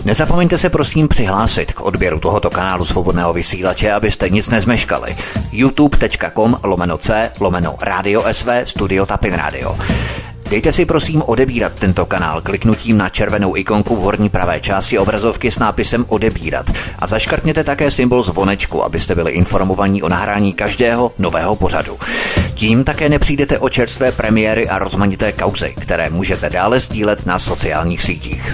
Nezapomeňte se prosím přihlásit k odběru tohoto kanálu Svobodného vysílače, abyste nic nezmeškali. youtube.com/c/Radio SV Studio Tapin Radio. Dejte si prosím odebírat tento kanál kliknutím na červenou ikonku v horní pravé části obrazovky s nápisem odebírat a zaškrtněte také symbol zvonečku, abyste byli informovaní o nahrání každého nového pořadu. Tím také nepřijdete o čerstvé premiéry a rozmanité kauzy, které můžete dále sdílet na sociálních sítích.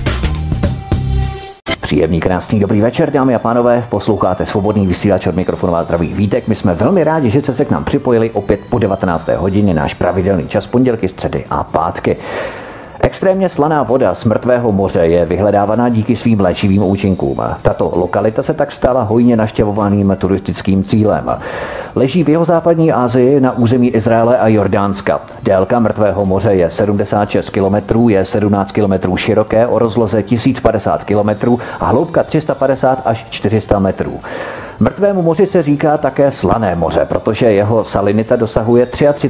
Příjemný, krásný, dobrý večer, dámy a pánové, posloucháte Svobodný vysílač, od mikrofonu vás zdraví Vítek. My jsme velmi rádi, že jste se k nám připojili opět po 19. hodině, náš pravidelný čas, pondělky, středy a pátky. Extrémně slaná voda z mrtvého moře je vyhledávaná díky svým léčivým účinkům. Tato lokalita se tak stala hojně navštěvovaným turistickým cílem. Leží v jihozápadní Asii na území Izraele a Jordánska. Délka mrtvého moře je 76 km, je 17 km široké, o rozloze 1050 km a hloubka 350 až 400 metrů. Mrtvému moři se říká také slané moře, protože jeho salinita dosahuje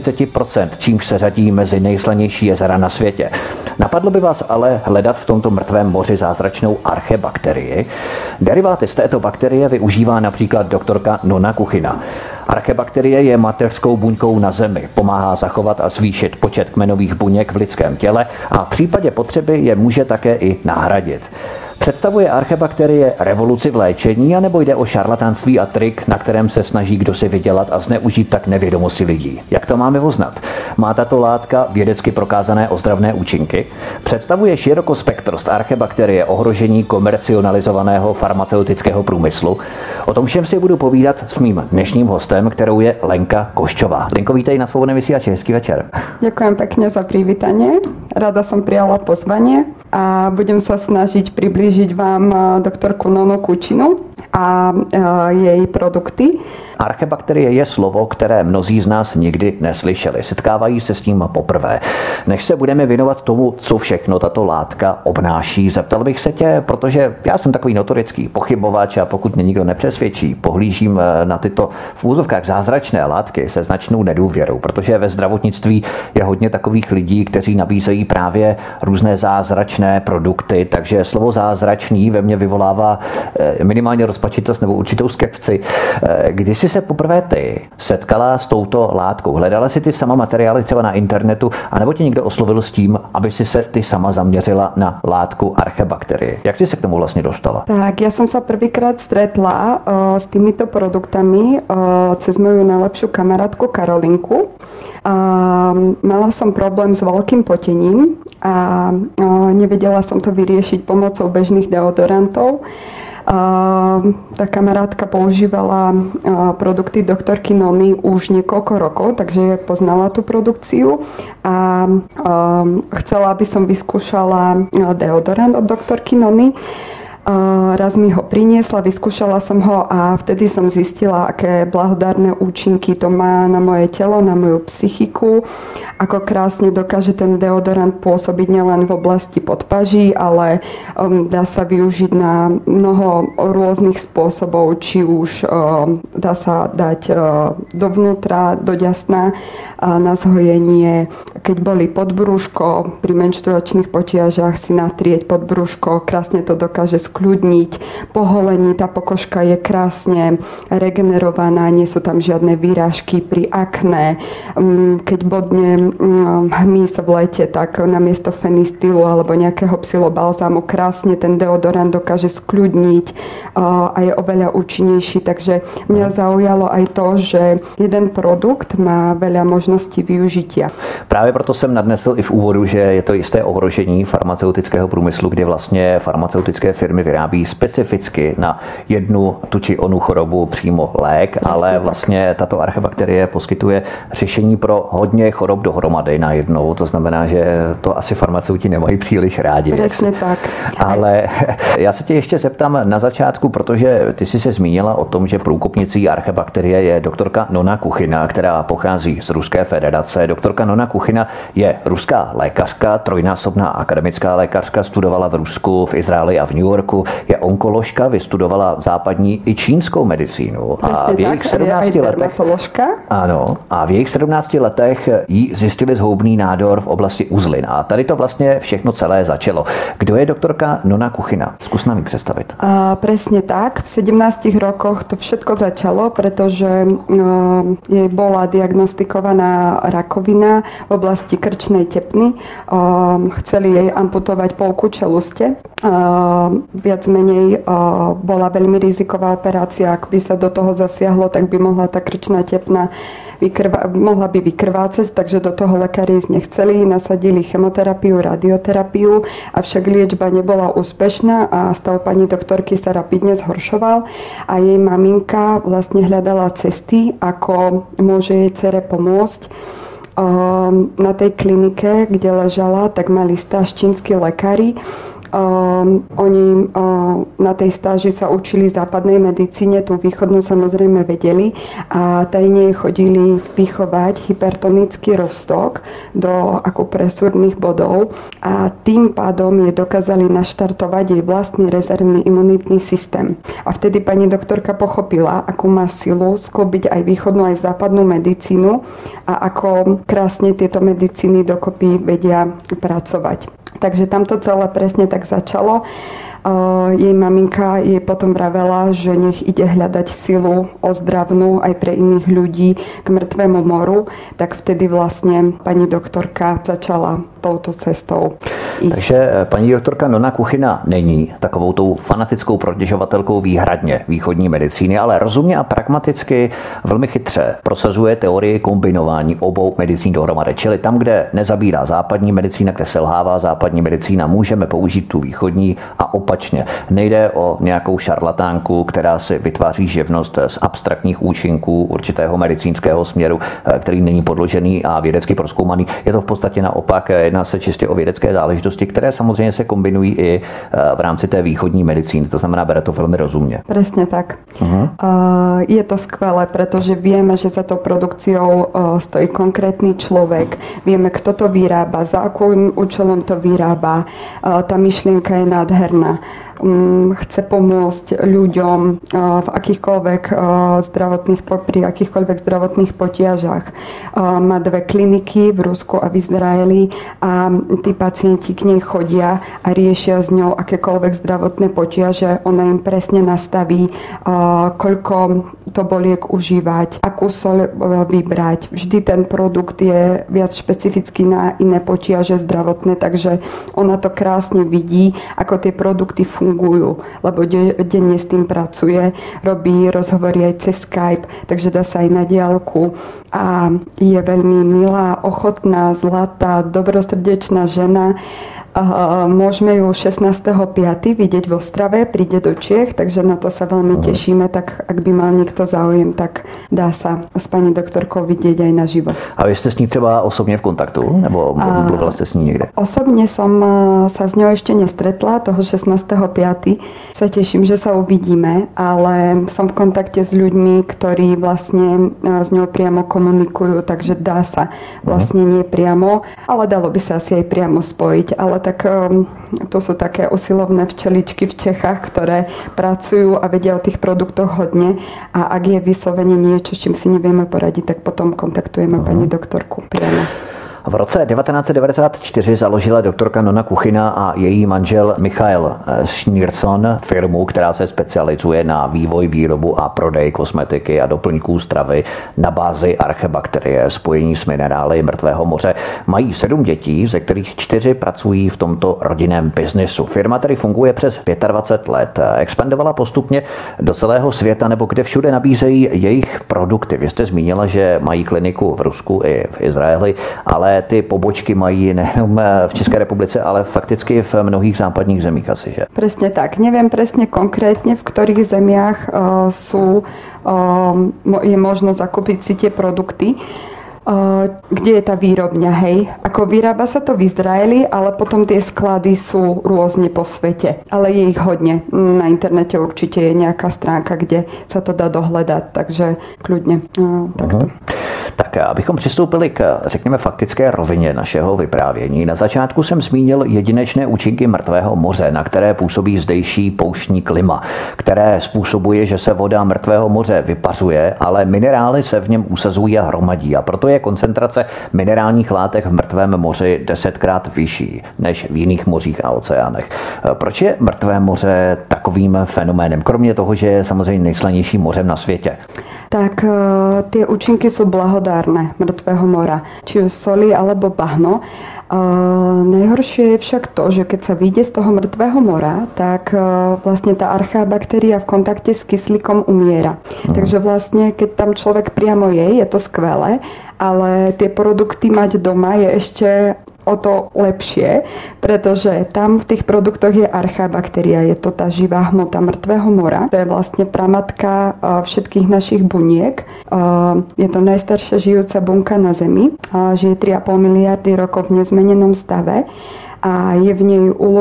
33%, čímž se řadí mezi nejslanější jezera na světě. Napadlo by vás ale hledat v tomto mrtvém moři zázračnou archebakterii. Deriváty z této bakterie využívá například doktorka Nona Kuchina. Archebakterie je mateřskou buňkou na Zemi, pomáhá zachovat a zvýšit počet kmenových buněk v lidském těle a v případě potřeby je může také i nahradit. Představuje archebakterie revoluci v léčení, anebo jde o šarlatánství a trik, na kterém se snaží kdo si vydělat a zneužít tak nevědomosti lidí? Jak to máme poznat? Má tato látka vědecky prokázané ozdravné účinky? Představuje širokospektrost archebakterie ohrožení komercionalizovaného farmaceutického průmyslu? O tom všem si budu povídat s mým dnešním hostem, kterou je Lenka Koščová. Lenko, vítej na Svobodném vysílači, hezký večer. Ďakujem pekne za privítanie. Rada som prijala pozvanie a budem sa snažiť priblížiť vám doktorku Nonu Kuchinu a její produkty. Archebakterie je slovo, které mnozí z nás nikdy neslyšeli. Setkávají se s tím poprvé. Než se budeme věnovat tomu, co všechno tato látka obnáší, zeptal bych se tě, protože já jsem takový notorický pochybovač a pokud mě nikdo nepřesvědčí, pohlížím na tyto v úzovkách zázračné látky se značnou nedůvěrou, protože ve zdravotnictví je hodně takových lidí, kteří nabízejí právě různé zázračné produkty, takže slovo zázračný ve mně vyvolává minimálně rozpačitost nebo určitou skepci. Když jsi se poprvé ty setkala s touto látkou? Hledala si ty sama materiály třeba na internetu, anebo tě někdo oslovil s tím, aby si se ty sama zaměřila na látku archebakterie? Jak jsi se k tomu vlastně dostala? Tak, ja som sa prvýkrát stretla s týmito produktami cez moju najlepšiu kamarátku Karolinku. Mala som problém s veľkým potením a nevedela som to vyriešiť pomocou bežných deodorantov. Tá kamarátka používala produkty doktorky Nony už niekoľko rokov, takže poznala tú produkciu a chcela, aby som vyskúšala deodorant od doktorky Nony. Raz mi ho priniesla, vyskúšala som ho a vtedy som zistila, aké blahodárne účinky to má na moje telo, na moju psychiku, ako krásne dokáže ten deodorant pôsobiť nielen v oblasti podpaží, ale dá sa využiť na mnoho rôznych spôsobov, či už dá sa dať dovnútra, do ďasna na zhojenie, keď boli podbrúško, pri menštruačných potiažach si natrieť podbrúško, krásne to dokáže skľudniť, poholení, tá pokožka je krásne regenerovaná, nie sú tam žiadne výrážky pri akné. Keď bodne hmyz v lete, tak namiesto fenistylu alebo nejakého psilobalzámu krásne ten deodorant dokáže skľudniť a je oveľa účinnejší. Takže mňa zaujalo aj to, že jeden produkt má veľa možností využitia. Právě proto jsem nadnesl i v úvodu, že je to jisté ohrožení farmaceutického průmyslu, kdy vlastně farmaceutické firmy vyrábí specificky na jednu tu či onu chorobu přímo lék, ale vlastně tato archebakterie poskytuje řešení pro hodně chorob dohromady najednou. To znamená, že to asi farmaceuti nemají příliš rádi. Přesně tak. Ale já se tě ještě zeptám na začátku, protože ty jsi se zmínila o tom, že průkopnicí archebakterie je doktorka Nona Kuchina, která pochází z Ruské federace. Doktorka Nona Kuchina je ruská lékařka, trojnásobná akademická lékařka, studovala v Rusku, v Izraeli a v New Yorku. Ameriku, je onkoložka, vystudovala západní i čínskou medicínu. A v jejich 17 letech ano, a v jejich 17 letech jí zjistili zhoubný nádor v oblasti uzlin. A tady to vlastně všechno celé začalo. Kdo je doktorka Nona Kuchina? Zkus nám ji představit. Presne tak. V 17 rokoch to všetko začalo, pretože jej bola diagnostikovaná rakovina v oblasti krčnej tepny. Chceli jej amputovať polku čeluste. Viac menej bola veľmi riziková operácia. Ak by sa do toho zasiahlo, tak by mohla tá krčná tepna mohla by vykrvácať, takže do toho lekári nechceli, nasadili chemoterapiu, radioterapiu, avšak liečba nebola úspešná a stav pani doktorky sa rapidne zhoršoval a jej maminka vlastne hľadala cesty, ako môže jej dcere pomôcť. Na tej klinike, kde ležala, tak mali stáž čínsky lekári. Oni na tej stáži sa učili západnej medicíne, tú východnú samozrejme vedeli a tajne chodili vpichovať hypertonický roztok do akupresúrnych bodov a tým pádom je dokázali naštartovať jej vlastný rezervný imunitný systém. A vtedy pani doktorka pochopila, akú má silu sklobiť aj východnú aj západnú medicínu a ako krásne tieto medicíny dokopy vedia pracovať. Takže tam to celé presne tak začalo. Jej maminka jej potom vravela, že nech ide hľadať silu ozdravnú aj pre iných ľudí k mŕtvemu moru, tak vtedy vlastne pani doktorka začala touto cestou ísť. Takže paní doktorka Nona Kuchina není takovou tou fanatickou protěžovatelkou výhradně východní medicíny, ale rozumně a pragmaticky velmi chytře prosazuje teorii kombinování obou medicín dohromady. Čili tam, kde nezabírá západní medicína, kde selhává západní medicína, můžeme použít tu východní a opačně. Nejde o nějakou šarlatánku, která si vytváří živnost z abstraktních účinků určitého medicínského směru, který není podložený a vědecky prozkoumaný. Je to v podstatě naopak, jedná se čistě o vědecké záležitosti, které samozřejmě se kombinují i v rámci té východní medicíny. To znamená, bere to velmi rozumně. Presne tak. Je to skvelé, pretože vieme, že za tou produkciou stojí konkrétny človek. Vieme, kto to vyrába, za akým účelom to vyrába. Tá myšlienka je nádherná. Chce pomôcť ľuďom v pri akýchkoľvek zdravotných potiažach. Má 2 kliniky v Rusku a v Izraeli a tí pacienti k nej chodia a riešia s ňou akékoľvek zdravotné potiaže. Ona im presne nastaví, koľko to boliek užívať, akú soľ vybrať. Vždy ten produkt je viac špecifický na iné potiaže zdravotné, takže ona to krásne vidí, ako tie produkty fungujú, lebo denne s tým pracuje, robí rozhovory aj cez Skype, takže dá sa aj na diaľku a je veľmi milá, ochotná, zlatá, dobrosrdečná žena. Môžeme ju 16.5. vidieť v Ostrave, príde do Čiech, takže na to sa veľmi tešíme, tak ak by mal niekto záujem, tak dá sa s pani doktorkou vidieť aj naživo. A vy ste s ní třeba osobne v kontaktu? Nebo mluvila ste s ní niekde? Osobne som sa s ňou ešte nestretla, toho 16.5. sa teším, že sa uvidíme, ale som v kontakte s ľuďmi, ktorí vlastne s ňou priamo komunikujú, takže dá sa vlastne nie priamo, ale dalo by sa asi aj priamo spojiť, ale tak to sú také usilovné včeličky v Čechách, ktoré pracujú a vedia o tých produktoch hodne a ak je vyslovene niečo, s čím si nevieme poradiť, tak potom kontaktujeme pani doktorku priamo. V roce 1994 založila doktorka Nona Kuchina a její manžel Michail Schneerson firmu, která se specializuje na vývoj, výrobu a prodej kosmetiky a doplňků stravy na bázi archebakterie spojení s minerály mrtvého moře. Mají 7 dětí, ze kterých 4 pracují v tomto rodinném biznesu. Firma tedy funguje přes 25 let. Expandovala postupně do celého světa, nebo kde všude nabízejí jejich produkty. Vy jste zmínila, že mají kliniku v Rusku i v Izraeli, ale ty pobočky mají nejenom v České republice, ale fakticky v mnohých západních zemích asi, že? Presne tak. Neviem presne konkrétne, v ktorých zemiach je možno zakúpiť si tie produkty. Kde je tá výrobňa, hej? Ako vyrába sa to v Izraeli, ale potom tie sklady sú rôzne po svete. Ale je ich hodne. Na internete určite je nejaká stránka, kde sa to dá dohľadať, takže kľudne. Takto. Tak abychom přistoupili k, řekněme, faktické rovině našeho vyprávění. Na začátku jsem zmínil jedinečné účinky mrtvého moře, na které působí zdejší pouštní klima, které způsobuje, že se voda mrtvého moře vypařuje, ale minerály se v něm usazují a hromadí. A proto je koncentrace minerálních látek v mrtvém moři 10krát vyšší než v jiných mořích a oceánech. Proč je mrtvé moře takovým fenoménem? Kromě toho, že je samozřejmě nejslanějším mořem na světě. Tak tie účinky sú blahodárne mŕtvého mora, či už soli alebo bahno. Najhoršie je však to, že keď sa vyjde z toho mŕtvého mora, tak vlastne tá archeabaktéria v kontakte s kyslíkom umiera. Takže vlastne, keď tam človek priamo je to skvelé, ale tie produkty mať doma je ešte o to lepšie, pretože tam v tých produktoch je archeabaktéria, je to tá živá hmota mŕtvého mora. To je vlastne pramatka všetkých našich buniek. Je to najstaršia žijúca bunka na Zemi. Žije 3,5 miliardy rokov v nezmenenom stave a je v nej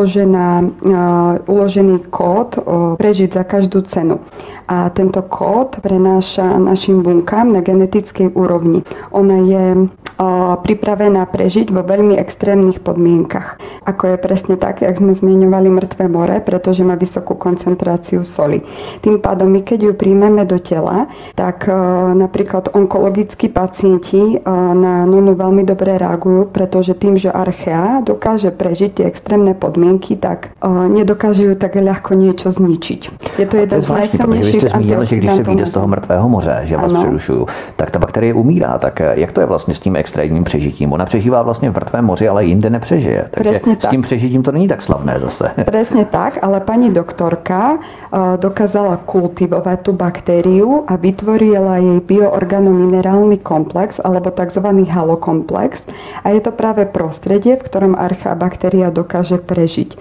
uložený kód prežiť za každú cenu. A tento kód prenáša našim bunkám na genetickej úrovni. Ona je pripravená prežiť vo veľmi extrémnych podmienkach. Ako je presne tak, jak sme zmieňovali mŕtve more, pretože má vysokú koncentráciu soli. Tým pádom my, keď ju príjmeme do tela, tak napríklad onkologickí pacienti na nonu veľmi dobre reagujú, pretože tým, že archea dokáže prežiť tie extrémne podmienky, tak nedokáže ju tak ľahko niečo zničiť. Je to jeden z najsilnejších. Vy jste zmínil, že když se vyjde z toho mrtvého moře, že vás přerušuju, tak ta bakterie umírá. Tak jak to je vlastně s tím extrémním přežitím? Ona přežívá vlastně v mrtvém moři, ale jinde nepřežije. Takže s tím přežitím to není tak slavné zase. Presne tak, ale pani doktorka dokázala kultivovať tú baktériu a vytvorila jej bioorganominerálny komplex alebo tzv. Halokomplex. A je to práve prostredie, v ktorom archeabaktéria dokáže prežiť.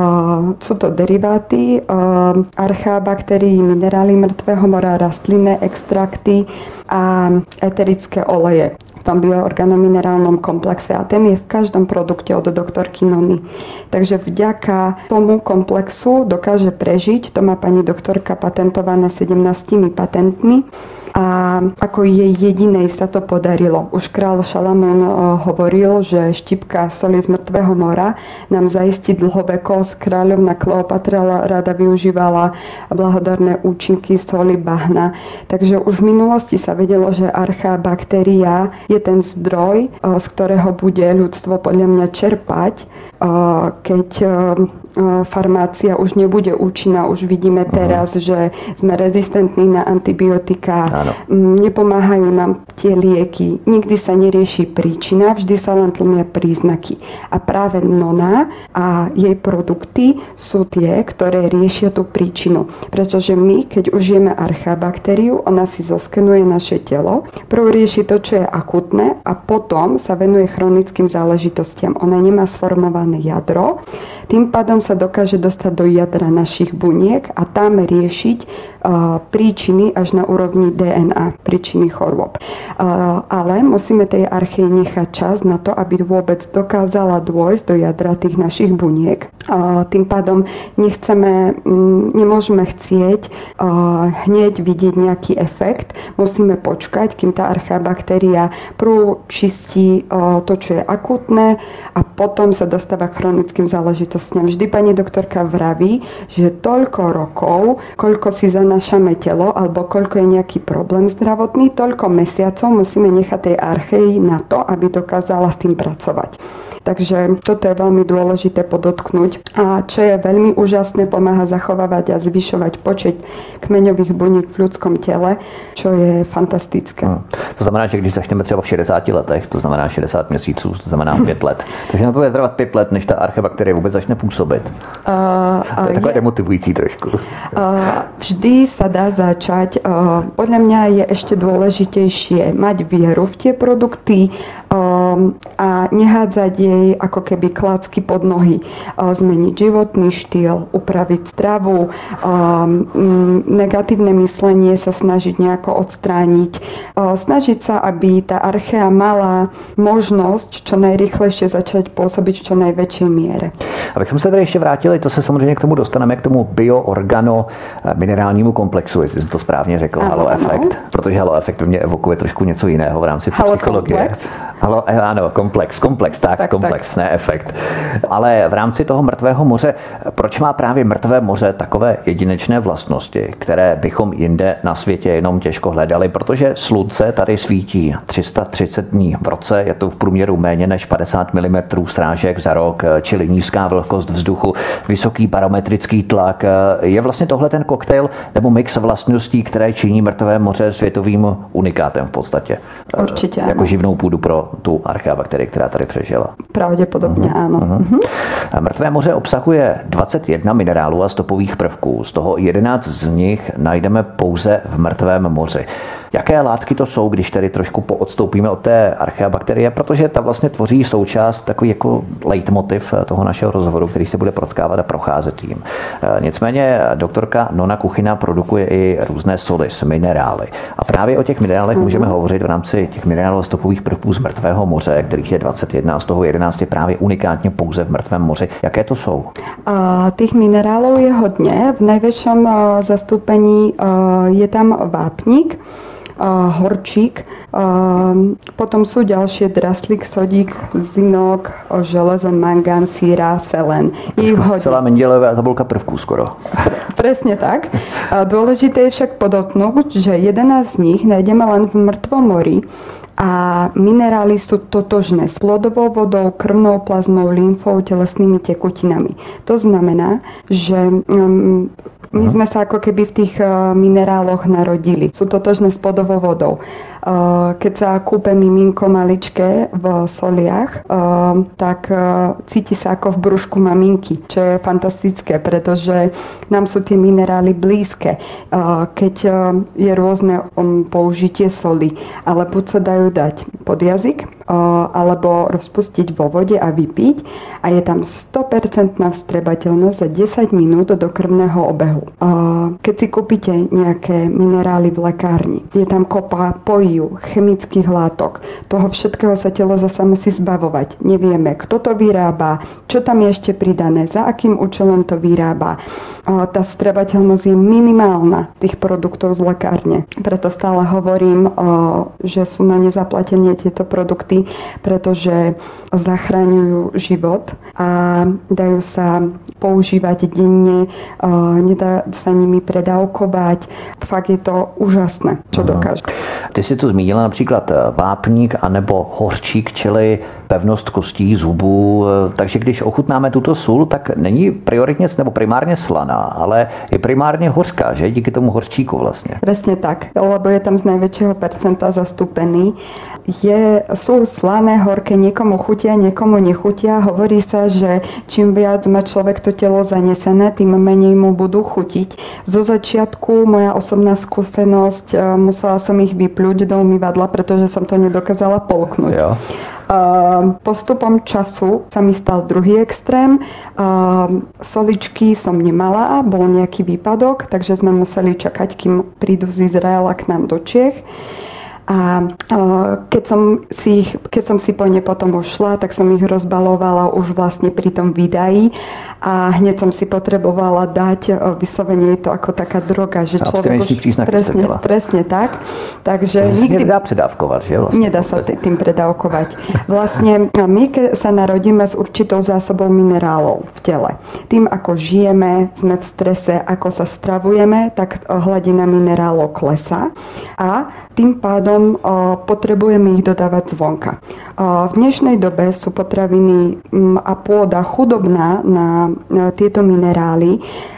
Sú to deriváty archeabaktérií, minerály mŕtvého mora, rastlinné extrakty a eterické oleje v tom bioorganominerálnom komplexe. A ten je v každom produkte od doktorky Nony. Takže vďaka tomu komplexu dokáže prežiť. To má pani doktorka patentované 17 patentmi. A ako jej jedinej sa to podarilo. Už kráľ Šalamún hovoril, že štipka soli z mŕtvého mora nám zaistí dlhovekosť. Kráľovna Kleopatra rada využívala blahodárne účinky soli bahna. Takže už v minulosti sa vedelo, že archeabaktéria je ten zdroj, z ktorého bude ľudstvo podľa mňa čerpať, keď farmácia už nebude účinná. Už vidíme teraz, že sme rezistentní na antibiotika. Nepomáhajú nám tie lieky. Nikdy sa nerieši príčina, vždy sa len tlmia príznaky. A práve Nona a jej produkty sú tie, ktoré riešia tú príčinu. Pretože my, keď užijeme archeabaktériu, ona si zoskenuje naše telo, prv rieši to, čo je akutné a potom sa venuje chronickým záležitostiam. Ona nemá sformované jadro, tým pádom sa dokáže dostať do jadra našich buniek a tam riešiť príčiny až na úrovni DNA, príčiny chorôb. Ale musíme tej archei nechať čas na to, aby vôbec dokázala dôjsť do jadra tých našich buniek. Tým pádom nemôžeme chcieť hneď vidieť nejaký efekt. Musíme počkať, kým tá archeabaktéria prv čistí to, čo je akútne a potom sa dostáva k chronickým záležitostiam. Vždy pani doktorka vraví, že toľko rokov, koľko si zanášame telo alebo koľko je nejaký problém zdravotný, toľko mesiacov musíme nechať tej archei na to, aby dokázala s tým pracovať. Takže toto je veľmi dôležité podotknúť. A čo je veľmi úžasné, pomáha zachovávať a zvyšovať počet kmeňových buniek v ľudskom tele, čo je fantastické. To znamená, že když začneme třeba v 60 letech, to znamená 60 měsíců, to znamená 5 let. Takže na to bude trvat 5 let, než ta archebakterie vůbec začne působit. To je takové demotivující trošku. Vždy sa dá začať. Podľa mňa je ešte dôležitejšie mať vieru v tie produkty a nehádzať jej ako keby klacky pod nohy. Zmeniť životný štýl, upraviť stravu, negatívne myslenie sa snažiť nejako odstrániť. Snažiť sa, aby tá archea mala možnosť čo najrychlejšie začať pôsobiť v čo najväčšej miere. Abychom se tady ještě vrátili, to se samozřejmě k tomu dostaneme, k tomu bioorgano minerálnímu komplexu, jestli jsem to správně řekl, Halo Effect, protože Halo Effect mě evokuje trošku něco jiného v rámci psychologie. Ano, komplex, tak, ne efekt. Ale v rámci toho mrtvého moře, proč má právě mrtvé moře takové jedinečné vlastnosti, které bychom jinde na světě jenom těžko hledali, protože slunce tady svítí 330 dní v roce, je to v průměru méně než 50 mm srážek za rok, čili nízká vlhkost vzduchu, vysoký barometrický tlak. Je vlastně tohle ten koktejl nebo mix vlastností, které činí mrtvé moře světovým unikátem v podstatě? Určitě. Jako živnou půdu pro tu archeabakterii, která tady přežila. Pravděpodobně ano. Mrtvé moře obsahuje 21 minerálů a stopových prvků, z toho 11 z nich najdeme pouze v mrtvém moři. Jaké látky to jsou, když tedy trošku poodstoupíme od té archeabakterie, protože ta vlastně tvoří součást, takový jako leitmotiv toho našeho rozhovoru, který se bude protkávat a procházet jím. Nicméně doktorka Nona Kuchina produkuje i různé soli s minerály. A právě o těch minerálech můžeme hovořit v rámci těch minerálů a stopových prvků z mrtvého moře, kterých je 21 a z toho 11 je právě unikátně pouze v mrtvém moři. Jaké to jsou? Těch minerálů je hodně. V největším zastoupení je tam vápník, horčík, potom sú ďalšie draslík, sodík, zinok, železo, mangán, síra, selen. Celá Mendelová tabulka prvků skoro. Presne tak. Dôležité je však podotknúť, že 11 z nich nájdeme len v mŕtvom mori a minerály sú totožné s plodovou vodou, krvnou plazmou, lymfou, telesnými tekutinami. To znamená, že my sme sa ako keby v tých mineráloch narodili. Sú totožné s plodovou vodou. Keď sa kúpe miminko maličké v soliach, tak cíti sa ako v brúšku maminky, čo je fantastické, pretože nám sú tie minerály blízke. Keď je rôzne použitie soli, ale buď sa dajú dať pod jazyk, alebo rozpustiť vo vode a vypiť a je tam 100% vstrebateľnosť za 10 minút do krvného obehu. Keď si kúpite nejaké minerály v lekárni, je tam kopa pojiu, chemických látok, toho všetkého sa telo zasa musí zbavovať. Nevieme, kto to vyrába, čo tam je ešte pridané, za akým účelom to vyrába. Tá vstrebateľnosť je minimálna tých produktov z lekárne. Preto stále hovorím, že sú na nezaplatenie tieto produkty, pretože zachraňujú život a dajú sa používať denne, nedá sa nimi predávkovať. Fakt je to úžasné, čo dokáže. Ty si tu zmínila například vápník anebo hořčík, čili pevnost kostí, zubů. Takže když ochutnáme tuto sůl, tak není prioritně nebo primárně slaná, ale je primárně hořká, že? Díky tomu hořčíku vlastně. Presne tak, lebo je tam z najväčšieho percenta zastúpený. Sú slané, horké, niekomu chutia, niekomu nechutia. Hovorí sa, že čím viac má človek to telo zanesené, tým menej mu budú chutiť. Zo začiatku moja osobná skúsenosť, musela som ich vypľuť do umývadla, pretože som to nedokázala polknúť. Jo. Postupom času sa mi stal druhý extrém. Soličky som nemala, bol nejaký výpadok, takže sme museli čakať, kým prídu z Izraela k nám do Čiech. A keď som si po ne potom ušla, tak som ich rozbalovala už vlastne pri tom výdaji a hneď som si potrebovala dať, vyslovene je to ako taká droga, že človek už presne tak. Takže nikdy nedá predávkovať, že vlastne? Nedá sa tým predávkovať. Vlastne my sa narodíme s určitou zásobou minerálov v tele. Tým ako žijeme, sme v strese, ako sa stravujeme, tak hladina minerálov klesá a tým pádom potrebujeme ich dodávať zvonka. V dnešnej dobe sú potraviny a pôda chudobná na tieto minerály.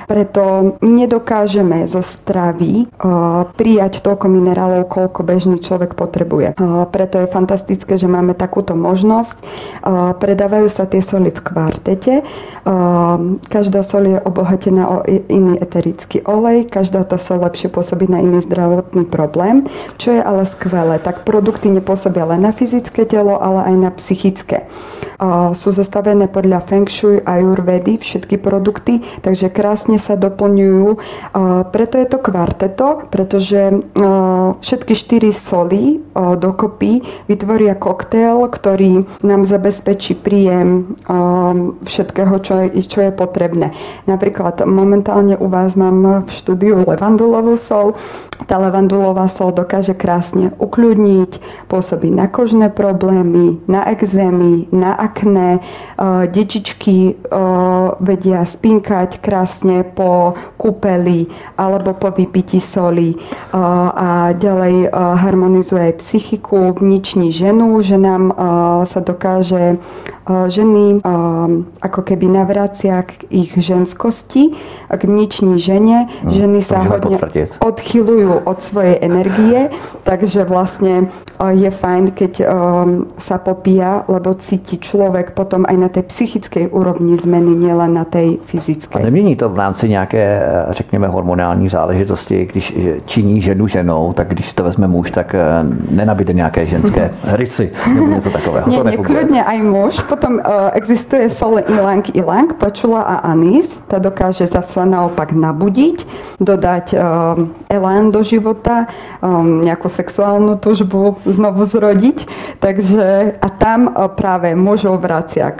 preto nedokážeme zo stravy prijať toľko minerálov, koľko bežný človek potrebuje. Preto je fantastické, že máme takúto možnosť. Predávajú sa tie soli v kvartete. Každá sol je obohatená o iný eterický olej, každá tá sol lepšie pôsobí na iný zdravotný problém, čo je ale skvelé. Tak produkty nepôsobia len na fyzické telo, ale aj na psychické. Sú zostavené podľa Feng Shui a Ayurvedy všetky produkty, takže krásne sa doplňujú. Preto je to kvarteto, pretože všetky 4 soli dokopy vytvoria koktail, ktorý nám zabezpečí príjem všetkého, čo je potrebné. Napríklad momentálne u vás mám v štúdiu levandulovú sol. Tá levandulová sol dokáže krásne ukľudniť, pôsobí na kožné problémy, na ekzémy, na akné. Detičky vedia spinkať krásne po kúpeli alebo po vypití soli a ďalej harmonizuje aj psychiku, vnitřní ženu, že nám sa dokáže ženy ako keby navracia k ich ženskosti, k vnitřní žene. Ženy sa hodne odchyľujú od svojej energie, takže vlastne je fajn, keď sa popíja, lebo cíti človek potom aj na tej psychickej úrovni zmeny, nielen na tej fyzické. A nemění to v rámci nějaké, řekněme, hormonální záležitosti, když činí ženu ženou, tak když to vezme muž, tak nenabíde nějaké ženské rysy nebo něco takového. Nie, kľudne aj muž. Potom existuje sol ilang, pačula a anís. Tá dokáže zasa naopak nabudiť, dodať elán do života, nejakú sexuálnu túžbu znovu zrodiť. Takže a tam práve mužov vracia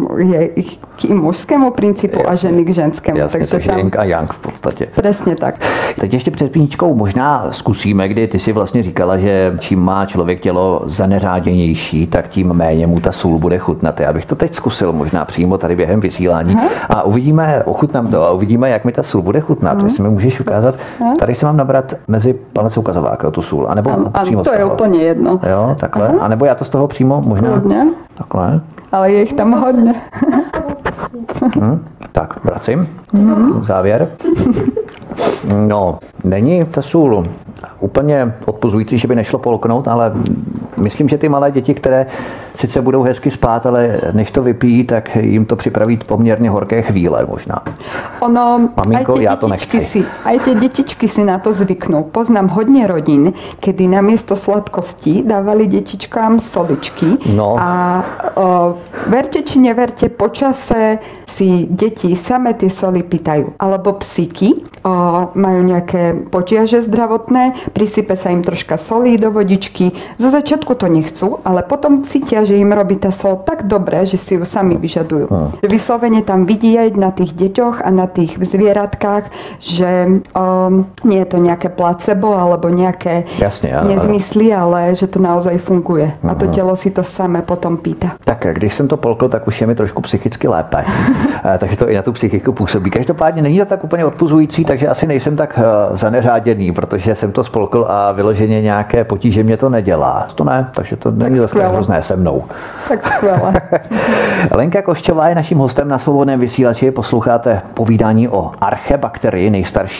k mužskému principu. Jasně. A ženy k ženskému. Jasně, takže tam... yin a yang v podstatě. Přesně tak. Teď ještě před píničkou možná zkusíme, kdy ty si vlastně říkala, že čím má člověk tělo zaneřáděnější, tak tím méně mu ta sůl bude chutnat. Já bych to teď zkusil možná přímo tady během vysílání a uvidíme, ochutnám to a uvidíme, jak mi ta sůl bude chutnat. Jestli mi můžeš ukázat, tady si mám nabrat mezi palec ukazováka tu sůl, anebo přímo to je úplně jedno. Jo, takhle. A nebo já to z toho přímo možná. Hodně. Takhle. Ale je jich tam hodně. Tak, vracím. Závěr. No, není ta sůl úplně odpuzující, že by nešlo polknout, ale myslím, že ty malé děti, které sice budou hezky spát, ale než to vypijí, tak jim to připraví poměrně horké chvíle možná. Maminko, já to nechci. Aj tie detičky si na to zvyknú. Poznám hodne rodín, kedy namiesto sladkosti dávali detičkám soličky. No. A verte či neverte, počase si deti same tie soli pýtajú. Alebo psíky majú nejaké potiaže zdravotné, prisype sa im troška solí do vodičky. Zo začiatku to nechcú, ale potom cítia, že im robí tá sol tak dobre, že si ju sami vyžadujú. Vyslovene tam vidieť na tých deťoch a na tých zvieratkách, že nie je to nejaké placebo alebo nejaké nezmysly, ale že to naozaj funguje. A to tělo si to samé potom pýta. Tak když jsem to polkl, tak už je mi trošku psychicky lépe. Takže to i na tu psychiku působí. Každopádně není to tak úplně odpuzující, takže asi nejsem tak zaneřáděný, protože jsem to spolkl a vyloženě nějaké potíže mě to nedělá. To ne, takže to není zase hrozné se mnou. Tak skvěle. Lenka Košťová je naším hostem na Svobodném vysílači. Posloucháte povídání o archebakterii,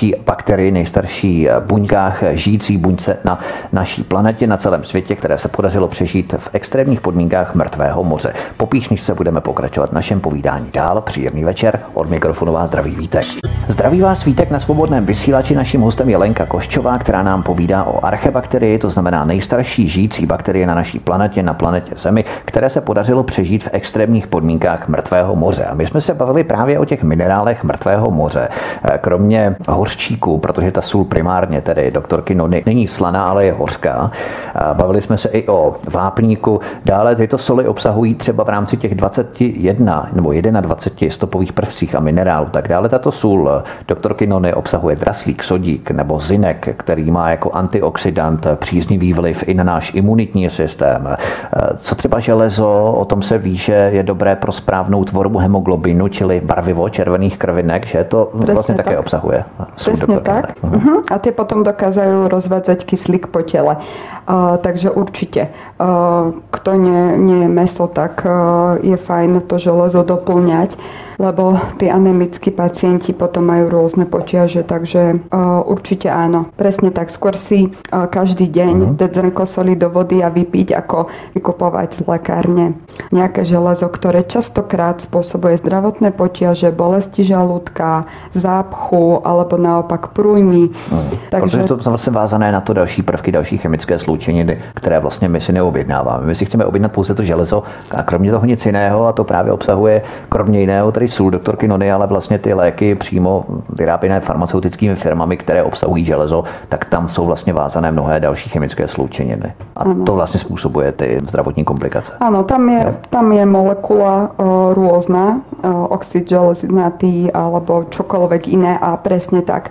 nejstarší buňkách, žijící buňce na naší planetě, na celém světě, které se podařilo přežít v extrémních podmínkách mrtvého moře. Po píšničce budeme pokračovat v našem povídání dál. Příjemný večer, od mikrofonu vás zdraví Vítek. Zdraví vás Vítek na Svobodném vysílači. Naším hostem je Lenka Košťová, která nám povídá o archebakterii, to znamená nejstarší žijící bakterie na naší planetě, na planetě Zemi, které se podařilo přežít v extrémních podmínkách mrtvého moře. A my jsme se bavili právě o těch minerálech mrtvého moře. Kromě hořčíku, protože ta sůl primárně tedy doktorky Nony není slaná, ale je hořká. Bavili jsme se i o vápníku. Dále tyto soli obsahují třeba v rámci těch 21 nebo 21 stopových prvcích a minerálů. Tak dále tato sůl doktorky Nony obsahuje draslík, sodík nebo zinek, který má jako antioxidant příznivý vliv i na náš imunitní systém. Co třeba železo, o tom se ví, že je dobré pro správnou tvorbu hemoglobinu, čili barvivo červených krvinek, že to vlastně také obsahuje. Presne tak. A tie potom dokážu rozvádzať kyslík po tele. Takže určite, kto nie je meso, tak je fajn to železo doplňať. lebo tí anemickí pacienti potom majú rôzne potiaže, takže určite áno. Presne tak, skôr si každý deň dať zrnko soli do vody a vypiť, ako vykupovať v lekárne nejaké železo, ktoré častokrát spôsobuje zdravotné potiaže, bolesti žalúdka, zápchu alebo naopak průjmy. Takže to je vlastně vázané na to další prvky, další chemické sloučeniny, které vlastně my si neobjednáváme. My si chceme objednat pouze to železo a kromě toho nic jiného, a to právě obsahuje kromě jiného tady sůl doktorky Nony, ale vlastně ty léky přímo vyráběné farmaceutickými firmami, které obsahují železo, tak tam jsou vlastně vázané mnohé další chemické sloučeniny. A to vlastně způsobuje ty zdravotní komplikace. Áno, tam je molekula rôzna, oxid železnatý alebo čokoľvek iné a presne tak.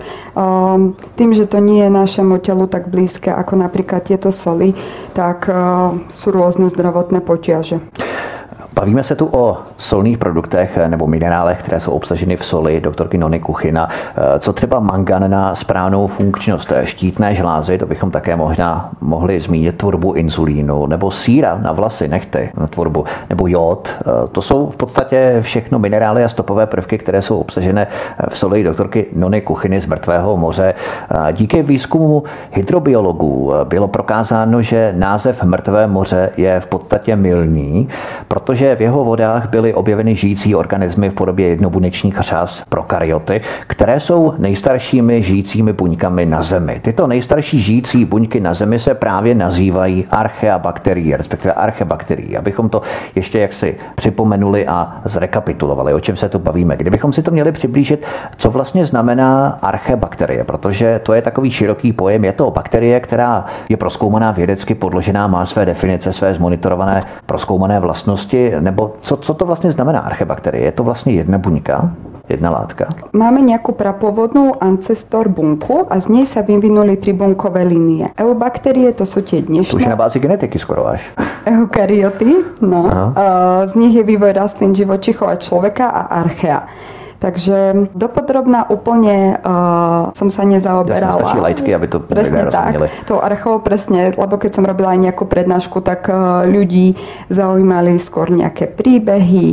Tým, že to nie je našemu telu tak blízke ako napríklad tieto soli, tak sú rôzne zdravotné potiaže. Bavíme se tu o solných produktech nebo minerálech, které jsou obsaženy v soli doktorky Nony Kuchina. Co třeba mangan na správnou funkčnost štítné žlázy, to bychom také možná mohli zmínit tvorbu inzulínu, nebo síra na vlasy, nehty na tvorbu, nebo jód. To jsou v podstatě všechno minerály a stopové prvky, které jsou obsažené v soli doktorky Nony Kuchiny z Mrtvého moře. Díky výzkumu hydrobiologů bylo prokázáno, že název Mrtvé moře je v podstatě mylný, protože v jeho vodách byly objeveny žijící organismy v podobě jednobuněčních řas prokaryoty, které jsou nejstaršími žijícími buňkami na Zemi. Tyto nejstarší žijící buňky na Zemi se právě nazývají archeabakterie, respektive archebakterie. Abychom to ještě jaksi připomenuli a zrekapitulovali, o čem se tu bavíme. Kdybychom si to měli přiblížit, co vlastně znamená archebakterie, protože to je takový široký pojem. Je to bakterie, která je prozkoumaná vědecky podložená, má své definice, své zmonitorované prozkoumané vlastnosti, nebo co to vlastně znamená archebakterie? Je to vlastně jedna buňka? Jedna látka? Máme nejakú prapôvodnú ancestor bunku a z nej sa vyvinuli 3 bunkové linie. Eubakterie to sú tie dnešné. To už je na bázi genetiky skoro až. Eukaryoty, no. Z nich je vývoj rastlín, živočichov a človeka a archea. Takže dopodrobná úplne som sa nezaoberala. Jasne, stačí lajčky, aby to presne tak. To archeou presne, lebo keď som robila aj nejakú prednášku, tak ľudí zaujímali skôr nejaké príbehy,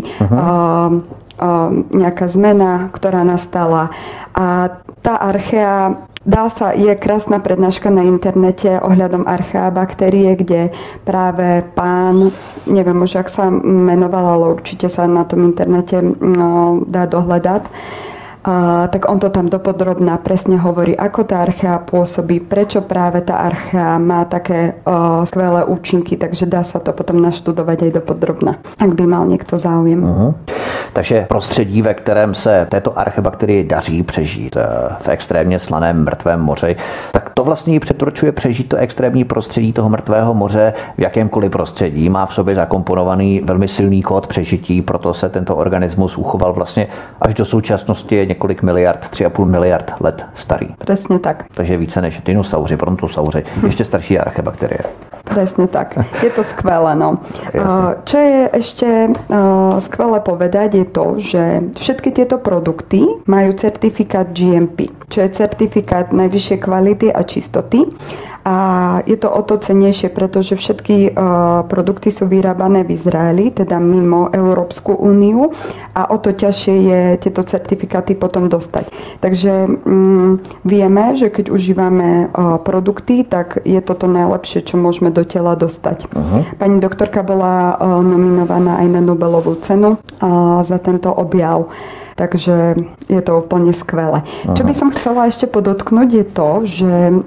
nejaká zmena, ktorá nastala. A tá archea, je krásna prednáška na internete ohľadom archeabakterie, kde práve pán, neviem už, jak sa menoval, ale určite sa na tom internete dá dohľadať, tak on to tam dopodrobná presne hovorí, ako tá archea pôsobí, prečo práve tá archea má také skvelé účinky, takže dá sa to potom naštudovať aj dopodrobná, ak by mal niekto záujem. Takže prostředí, ve kterém se této archebakterii daří přežít v extrémně slaném Mrtvém moři, tak to vlastně předurčuje přežít to extrémní prostředí toho Mrtvého moře v jakémkoliv prostředí. Má v sobě zakomponovaný velmi silný kód přežití, proto se tento organismus uchoval vlastně až do současnosti, je několik miliard, 3,5 miliard let starý. Presne tak. Takže více než dinosauři, brontosauři, ještě starší archebakterie. Presne tak. Je to skvelé, no. Čo je ešte skvelé povedať je to, že všetky tieto produkty majú certifikát GMP, čo je certifikát najvyššej kvality a čistoty. A je to o to cennejšie, pretože všetky produkty sú vyrábané v Izraeli, teda mimo Európsku úniu, a o to ťažšie je tieto certifikáty potom dostať. Takže vieme, že keď užívame produkty, tak je to najlepšie, čo môžeme do tela dostať. Pani doktorka bola nominovaná aj na Nobelovú cenu za tento objav. Takže je to úplne skvelé. Čo by som chcela ešte podotknúť je to, že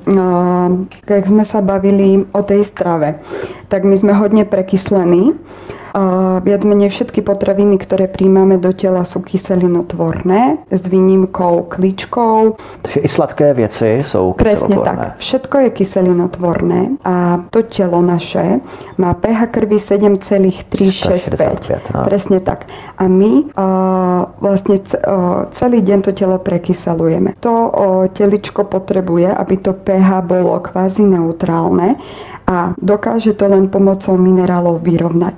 keď sme sa bavili o tej strave, tak my sme hodne prekyslení. Viac menej všetky potraviny, ktoré príjmame do tela, sú kyselinotvorné, s výnimkou klíčkov. Takže i sladké věci jsou kyselotvorné. Presne tak. Všetko je kyselinotvorné a to telo naše má pH krvi 7,365. Presne tak. A my vlastne celý deň to telo prekyselujeme. To teličko potrebuje, aby to pH bolo kvázi neutrálne a dokáže to len pomocou minerálov vyrovnať. My keď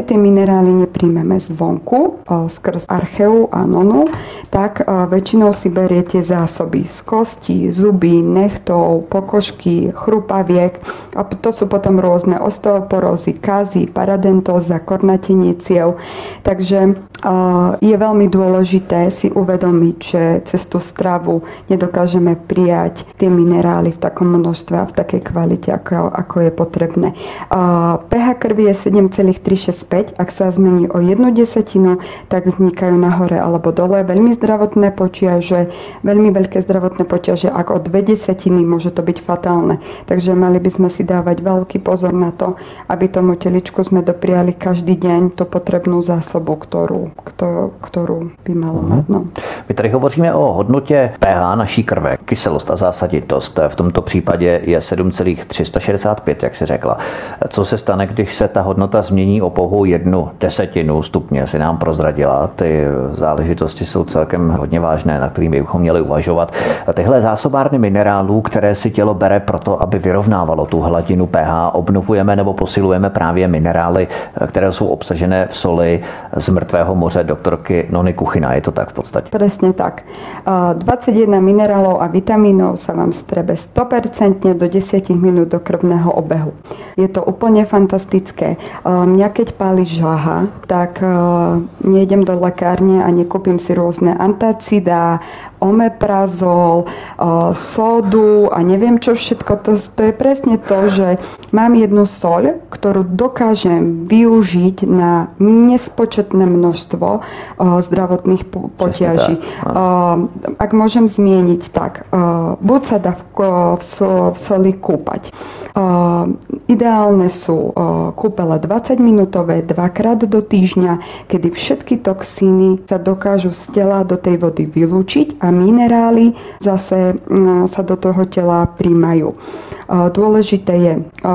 tie minerály nepríjmeme zvonku, skrz archeu a nonu, tak väčšinou si beriete zásoby z kostí, zuby, nechtov, pokožky, chrupaviek. A to sú potom rôzne osteoporózy, kázy, paradentóza, kornatenie ciev. Takže je veľmi dôležité si uvedomiť, že cez tú stravu nedokážeme prijať tie minerály v takom množstve a v takej kvalite, ako je potrebné. pH krvi je 7,365. Ak sa zmení o 1/10, tak vznikajú nahore alebo dole veľmi zdravotné potiaže, veľmi veľké zdravotné potiaže. Ak o 0,2 môže to byť fatálne. Takže mali by sme si dávať veľký pozor na to, aby tomu teličku sme dopriali každý deň tú potrebnú zásobu, ktorú by malo mať. No. My tady hovoříme o hodnotě pH naší krve. Kyselost a zásaditost v tomto případě je 7,365, jak si řekla. Co se stane, když se ta hodnota změní o pouhou 1/10 stupně, si nám prozradila. Ty záležitosti jsou celkem hodně vážné, na kterými bychom měli uvažovat. Tyhle zásobárny minerálů, které si tělo bere proto, aby vyrovnávalo tu hladinu pH, obnovujeme nebo posilujeme právě minerály, které jsou obsažené v soli z mrtvého moře doktorky Nony Kuchina. Je to tak v podstatě? Presne tak. 21 minerálov a vitamínov sa vám strebe 100% do 10 minút do krvného obehu. Je to úplne fantastické. Mňa keď páli žáha, tak nejdem do lekárne a nekúpim si rôzne antacida, omeprazol, sódu a neviem čo všetko. To je presne to, že mám jednu soľ, ktorú dokážem využiť na nespočetné množstvo zdravotných potiaží. Ak môžem zmieniť, tak buď sa dá v soli kúpať. Ideálne sú kúpele 20-minútové 2-krát do týždňa, kedy všetky toxíny sa dokážu z tela do tej vody vylúčiť a minerály zase sa do toho tela príjmajú. Dôležité je,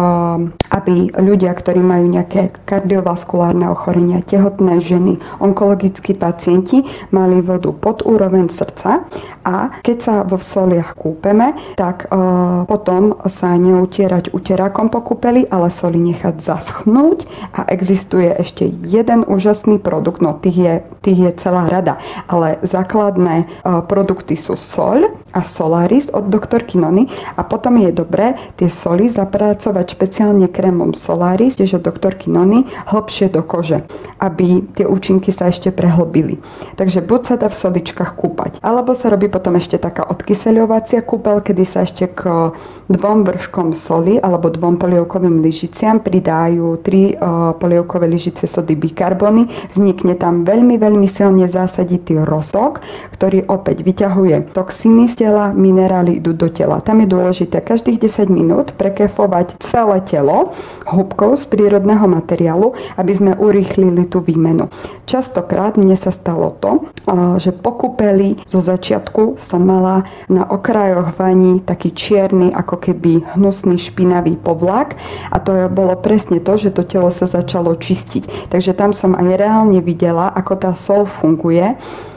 aby ľudia, ktorí majú nejaké kardiovaskulárne ochorenia, tehotné ženy, onkologickí pacienti mali vodu pod úroveň srdca a keď sa vo soliach kúpeme, tak potom sa neutierať uterákom po kúpeli, ale soli nechať zaschnúť a existuje ešte jeden úžasný produkt, no tých je celá rada, ale základné produkty sú soľ a Solaris od doktorky Nony a potom je dobré tie soli zapracovať špeciálne krémom Solaris, tiež od doktorky Nony, hlbšie do kože, aby tie účinky sa ešte prehlbili. Takže buď sa dá v soličkách kúpať, alebo sa robí potom ešte taká odkyseľovacia kúpeľ, kedy sa ešte k 2 vrškom soli alebo 2 polievkovým lyžiciam pridajú 3 polievkové lyžice sody bikarbony. Vznikne tam veľmi, veľmi silne zásaditý roztok, ktorý opäť vyťahuje toxíny z tela, minerály idú do tela. Tam je dôležité každých 10 minút prekefovať celé telo húbkou z prírodného materiálu, aby sme urýchlili tú výmenu. Častokrát mne sa stalo to, že po kúpeli zo začiatku som mala na okrajoch vaní taký čierny, ako keby hnusný špinavý povlak a to bolo presne to, že to telo sa začalo čistiť. Takže tam som aj reálne videla, ako tá sol funguje.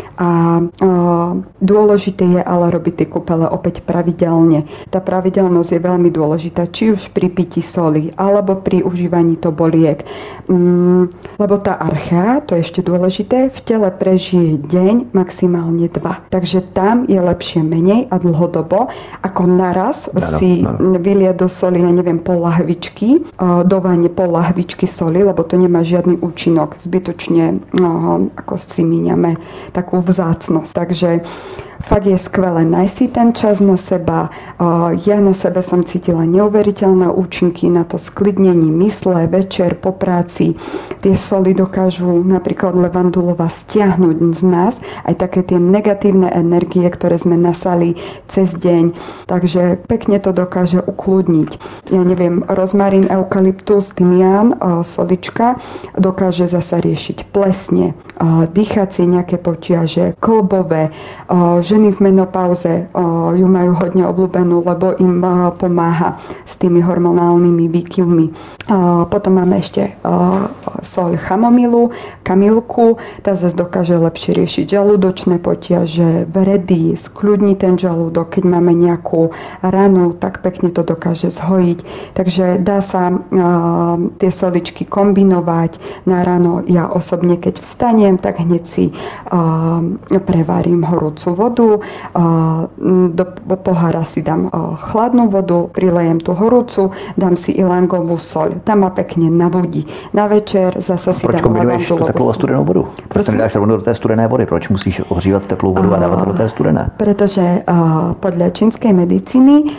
A dôležité je ale robiť tie kúpele opäť pravidelne. Tá pravidelnosť je veľmi dôležitá, či už pri pití soli, alebo pri užívaní toboliek. Lebo tá archea, to je ešte dôležité, v tele prežije deň, maximálne 2. Takže tam je lepšie menej a dlhodobo, ako naraz si vyliať do soli, ja neviem, pol lahvičky, do vane pol lahvičky soli, lebo to nemá žiadny účinok. Zbytočne ako si míňame takú vzácnosť. Takže fakt je skvelé nájsť si ten čas na seba. Ja na sebe som cítila neuveriteľné účinky na to sklidnení mysle, večer po práci. Tie soli dokážu napríklad levandulová stiahnuť z nás aj také tie negatívne energie, ktoré sme nasali cez deň. Takže pekne to dokáže ukludniť. Ja neviem, rozmarín, eukalyptus, tymián, solička dokáže zasa riešiť plesne, dýchacie nejaké potiaže, klbové, ženy v menopauze ju majú hodne obľúbenú, lebo im pomáha s tými hormonálnymi výkyvmi. Potom máme ešte soľ chamomilu, kamilku, tá zase dokáže lepšie riešiť žalúdočné potiaže, vredy, skľudní ten žalúdok, keď máme nejakú ranu, tak pekne to dokáže zhojiť. Takže dá sa tie soličky kombinovať na ráno. Ja osobne, keď vstanem, tak hneď si prevarím horúcu vodu, do pohára si dám chladnú vodu, prilejem tú horúcu, dám si ilangovú soľ. Tá ma pekne nabudí. Na večer zase si dám lavandulovú takovou studenou vodu? Proč to nedáš rovnou do té studené vody? Proč musíš ohřívat teplou vodu a dávat do té studené? Pretože podľa čínskej medicíny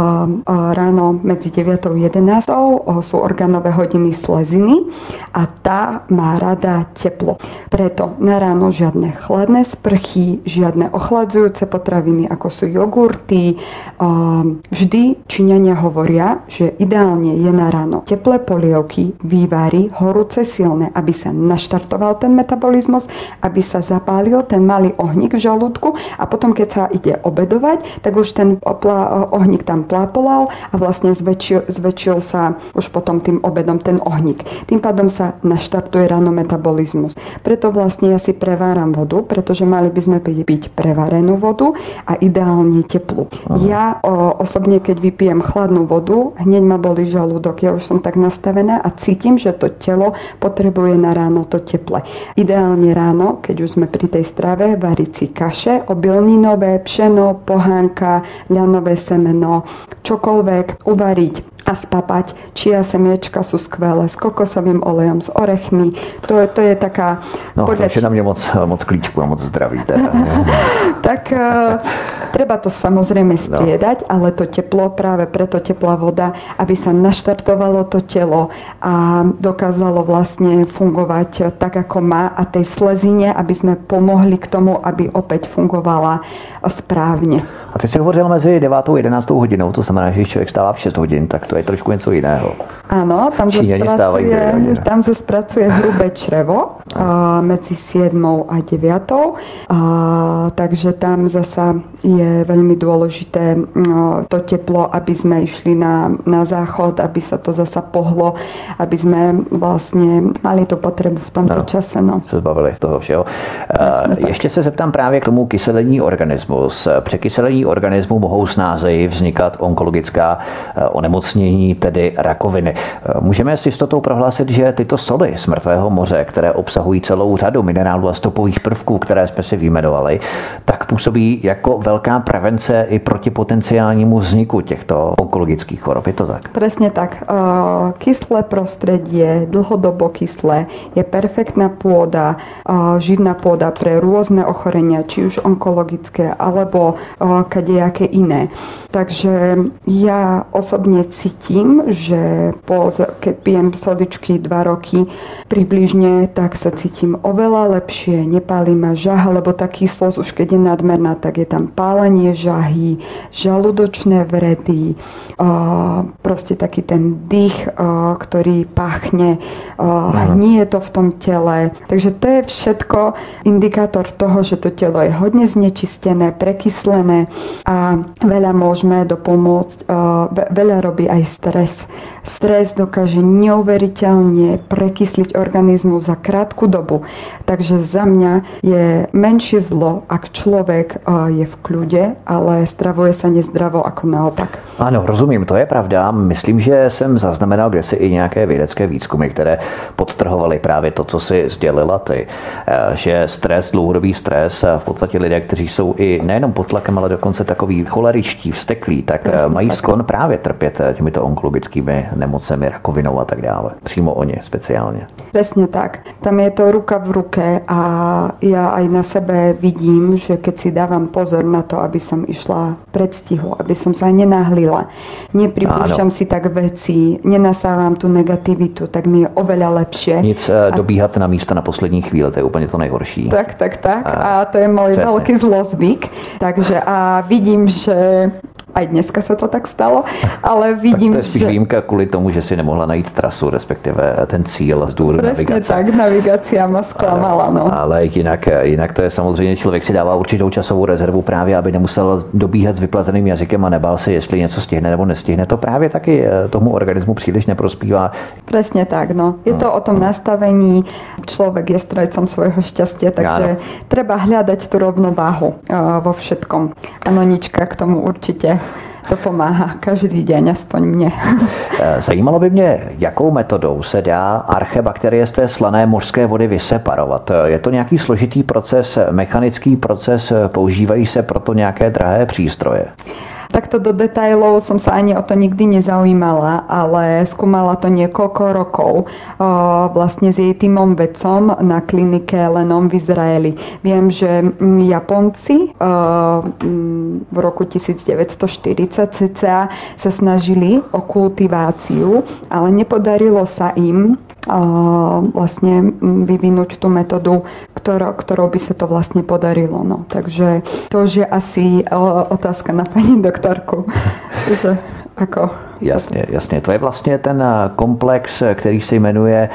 ráno medzi 9 a 11 sú orgánové hodiny sleziny a tá má rada teplo. Preto na ráno žiadne chladné sprchy, žiadne ochladzujúce potraviny, ako sú jogurty. Vždy Číňania hovoria, že ideálne je na ráno teplé polievky, vývary, horúce silné, aby sa naštartoval ten metabolizmus, aby sa zapálil ten malý ohník v žalúdku a potom, keď sa ide obedovať, tak už ten ohník tam plápolal a vlastne zväčšil sa už potom tým obedom ten ohník. Tým pádom sa naštartuje ráno metabolizmus. Preto vlastne ja si preváram vodu, pretože mali by sme piť prevarenú vodu a ideálne teplú. Ja osobne, keď vypijem chladnú vodu, hneď ma bolí žalúdok. Ja už som tak nastavená a cítim, že to telo potrebuje na ráno to teple. Ideálne ráno, keď už sme pri tej strave, variť si kaše, obilninové, pšeno, pohánka, ľanové semeno, čokoľvek, uvariť a spapať. Čia semiečka sú skvelé s kokosovým olejom, s orechmi. To je taká... No, to je na mě moc klíčku a moc zdraví. Teda. Tak treba to samozrejme striedať, ale to teplo, práve preto teplá voda, aby sa naštartovalo to telo a dokázalo vlastne fungovať tak, ako má a tej slezine, aby sme pomohli k tomu, aby opäť fungovala správně. A ty jsi hovořil mezi 9 a 11 hodinou, to znamená, že když člověk stává v 6 hodin, tak to je trošku něco jiného. Áno, tam sa spracuje hrubé črevo medzi 7 a 9. Takže tam zasa je veľmi dôležité to teplo, aby sme išli na záchod, aby sa to zasa pohlo, aby sme vlastne mali tu potrebu v tomto čase. Se zbavili toho všeho. Ještě se zeptám právě k tomu kyselení organismu. Z překyselení organismu mohou snázeji vznikat onkologická onemocnění, tedy rakoviny. Můžeme s jistotou prohlásit, že tyto soli z mrtvého moře, které obsahují celou řadu minerálů a stopových prvků, které jsme si vyjmenovali, tak působí jako velká prevence i proti potenciálnímu vzniku těchto onkologických chorob. Je to tak? Presne tak. Kyslé prostredie, dlhodobo kyslé, je perfektná pôda, živná pôda pre rôzne ochorenia, či už onkologické, alebo kadejaké iné. Takže ja osobne cítim, že keď pijem soličky 2 roky približne, tak sa cítim oveľa lepšie, nepálí ma žaha, lebo tá kyslosť už keď je nadmerná, tak je tam pálenie žahy, žalúdočné vredy, proste taký ten dých, ktorý páchne, hnie to v tom tele. Takže to je všetko indikátor toho, že to telo je hodne znečistené, prekyslené a veľa môžeme dopomôcť, veľa robí aj stres. Stres dokáže neuveriteľne prekysliť organizmus za krátku dobu. Takže za mňa je menšie zlo, ak človek je v kľude, ale stravuje sa nezdravo ako naopak. Ano, rozumím, to je pravda. Myslím, že jsem zaznamenal kdesi i nějaké vědecké výzkumy, které podtrhovaly právě to, co si sdělila ty. Že stres, dlouhodobý stres, v podstatě lidé, kteří jsou i nejenom pod tlakem, ale dokonce takový choleričtí, vzteklí, tak mají sklon právě trpět těmito onkologickými nemocemi, rakovinou a tak dále. Přímo oni speciálně. Presne tak. Tam je to ruka v ruke a ja aj na sebe vidím, že keď si dávam pozor na to, aby som išla predstihu, aby som sa nenahlila, nepripúšťam si tak veci, nenasávam tú negativitu, tak mi je oveľa lepšie. Nic dobíhat na místa na poslední chvíli, to je úplně to nejhorší. Tak. A to je môj veľký zlozvyk. Takže a vidím, že Aj dneska sa to tak stalo, ale vidím, tak to je spíš výjimka kvůli tomu, že si nemohla najít trasu, respektive ten cíl z důvodu navigace. navigace. Tak, navigácia ma sklamala. No. Ale jinak to je samozřejmě, člověk si dává určitou časovou rezervu právě, aby nemusel dobíhat s vyplazeným jazykem a nebál se, jestli něco stihne nebo nestihne. To právě taky tomu organismu příliš neprospívá. Presne tak, no. Je to o tom nastavení, človek je strojcom svojho šťastia, takže treba hľadať tú rovnováhu vo všetkom. Anonička k tomu určitě to pomáhá každý den, aspoň mě. Zajímalo by mě, jakou metodou se dá archebakterie z té slané mořské vody vyseparovat. Je to nějaký složitý proces, mechanický proces, používají se proto nějaké drahé přístroje? Takto do detailov som sa ani o to nikdy nezaujímala, ale skúmala to niekoľko rokov vlastne s jej týmom vedcom na klinike Lenom v Izraeli. Viem, že Japonci v roku 1940 cca sa snažili o kultiváciu, ale nepodarilo sa im vlastne vyvinúť tú metódu, ktorou by sa to vlastne podarilo. No. Takže to už je asi otázka na pani doktorku. Že ako? Jasně. To je vlastně ten komplex, který se jmenuje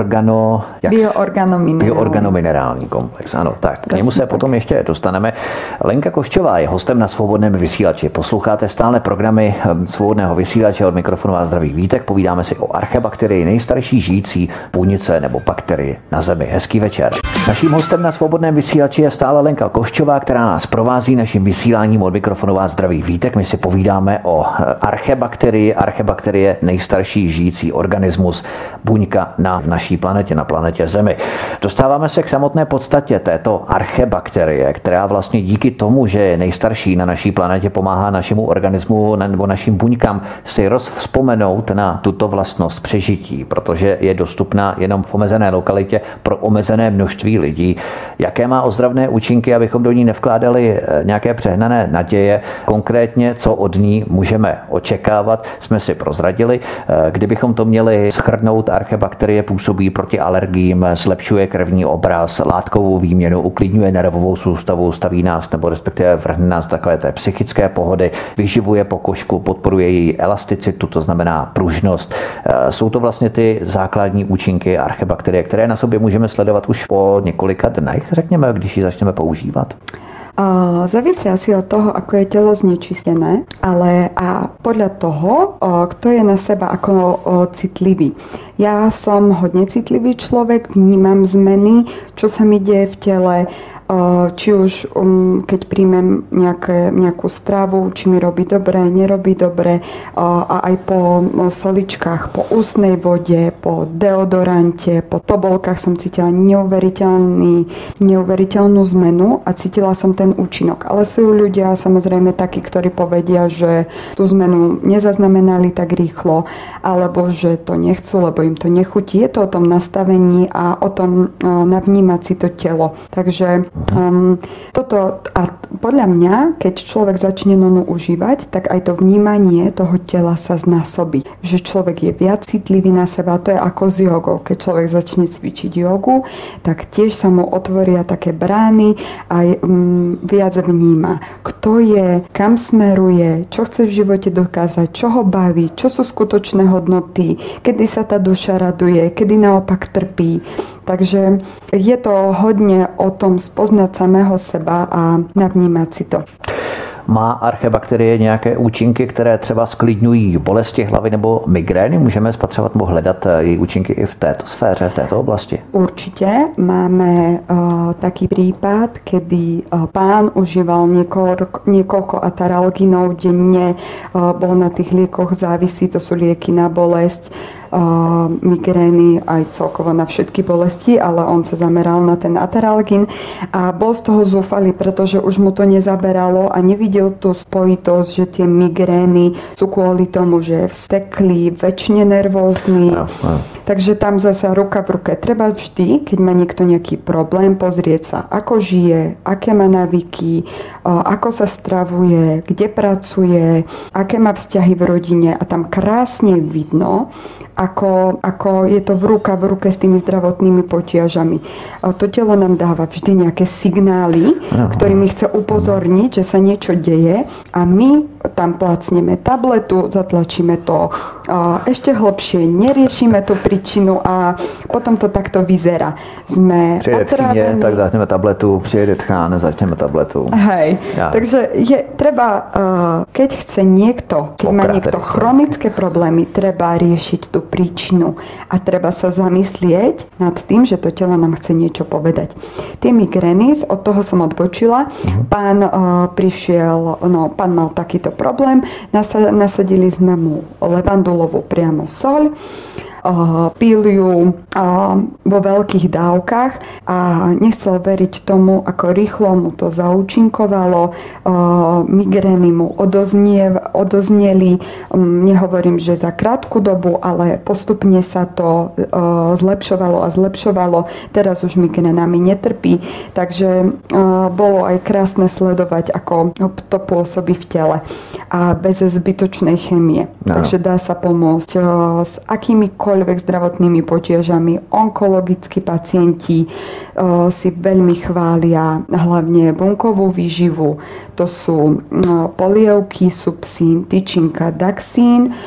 bioorganominerální komplex. Ano, tak. K němu se potom ještě dostaneme. Lenka Koščová je hostem na Svobodném vysílači. Posloucháte stále programy Svobodného vysílače, od mikrofonu vás zdraví Vítek. Povídáme si o archebakterii, nejstarší žijící buňce nebo bakterii na Zemi. Hezký večer. Naším hostem na Svobodném vysílači je stále Lenka Koščová, která nás provází naším vysíláním, od mikrofonu vás zdraví Vítek. My si povídáme o archebakterii. Archebakterie, nejstarší žijící organismus, buňka na naší planetě, na planetě Zemi. Dostáváme se k samotné podstatě této archebakterie, která vlastně díky tomu, že je nejstarší na naší planetě, pomáhá našemu organismu nebo našim buňkám si rozvzpomenout na tuto vlastnost přežití, protože je dostupná jenom v omezené lokalitě pro omezené množství lidí. Jaké má ozdravné účinky, abychom do ní nevkládali nějaké přehnané naděje, konkrétně co od ní můžeme očekávat, jsme si prozradili. Kdybychom to měli shrnout, archebakterie působí proti alergiím, zlepšuje krevní obraz, látkovou výměnu, uklidňuje nervovou soustavu, staví nás nebo respektive vrhne nás takové té psychické pohody, vyživuje pokožku, podporuje její elasticitu, to znamená pružnost. Jsou to vlastně ty základní účinky archebakterie, které na sobě můžeme sledovat už po několika dnech, řekněme, když ji začneme používat. Závisí asi od toho, ako je telo znečistené, ale a podľa toho, kto je na seba ako citlivý. Ja som hodne citlivý človek, vnímam zmeny, čo sa mi deje v tele, či už keď príjmem nejakú stravu, či mi robí dobre, nerobí dobre, a aj po soličkách, po ústnej vode, po deodorante, po tobolkách som cítila neuveriteľnú zmenu a cítila som ten účinok. Ale sú ľudia samozrejme takí, ktorí povedia, že tú zmenu nezaznamenali tak rýchlo, alebo že to nechcú, lebo im to nechutí. Je to o tom nastavení a o tom navnímať si to telo. Takže toto, a podľa mňa, keď človek začne nonu užívať, tak aj to vnímanie toho tela sa znásobí. Že človek je viac citlivý na seba, to je ako s jogou. Keď človek začne cvičiť jogu, tak tiež sa mu otvoria také brány a viac vníma, kto je, kam smeruje, čo chce v živote dokázať, čo ho baví, čo sú skutočné hodnoty, kedy sa tá duša raduje, kedy naopak trpí. Takže je to hodně o tom spoznat samého seba a navnímat si to. Má archebakterie nějaké účinky, které třeba sklidňují bolesti hlavy nebo migrény? Můžeme spatřovat nebo hledat její účinky i v této sféře, v této oblasti? Určitě. Máme taký prípad, kedy pán užíval niekoľko ataralginov denne, bol na tých liekoch závislý, to sú lieky na bolesť, migrény, aj celkovo na všetky bolesti, ale on sa zameral na ten ataralgin a bol z toho zúfalý, pretože už mu to nezaberalo a nevidel tú spojitosť, že tie migrény sú kvôli tomu, že je vsteklý, väčšine nervózny. Takže tam zasa ruka v ruke. Treba vždy, keď má niekto nejaký problém, pozrieť sa, ako žije, aké má návyky, ako sa stravuje, kde pracuje, aké má vzťahy v rodine a tam krásne vidno, ako je to v ruke s tými zdravotnými potiažami. To telo nám dáva vždy nejaké signály, ktorými chce upozorniť, že sa niečo deje a my tam placneme tabletu, zatlačíme to ešte hlbšie, neriešime tú príčinu a potom to takto vyzerá. Sme přijede tchýně, tak začneme tabletu, přijede tchán, začneme tabletu. Hej, takže je treba, keď chce niekto, keď má niekto chronické problémy, treba riešiť tú príčinu a treba sa zamyslieť nad tým, že to telo nám chce niečo povedať. Tie migrény, od toho som odbočila, pán prišiel, pán mal takýto problém, nasadili sme mu levandulovú priamo soľ, pil ju vo veľkých dávkach a nechcel veriť tomu, ako rýchlo mu to zaúčinkovalo. Migrény mu odozneli, nehovorím, že za krátku dobu, ale postupne sa to zlepšovalo. Teraz už migrénami netrpí, takže bolo aj krásne sledovať, ako to pôsobí v tele a bez zbytočnej chémie. Takže dá sa pomôcť s akýmikoľvek zdravotnými potiažami. Onkologickí pacienti si veľmi chvália hlavne bunkovú výživu. To sú polievky, subsín, tyčinka, daxín,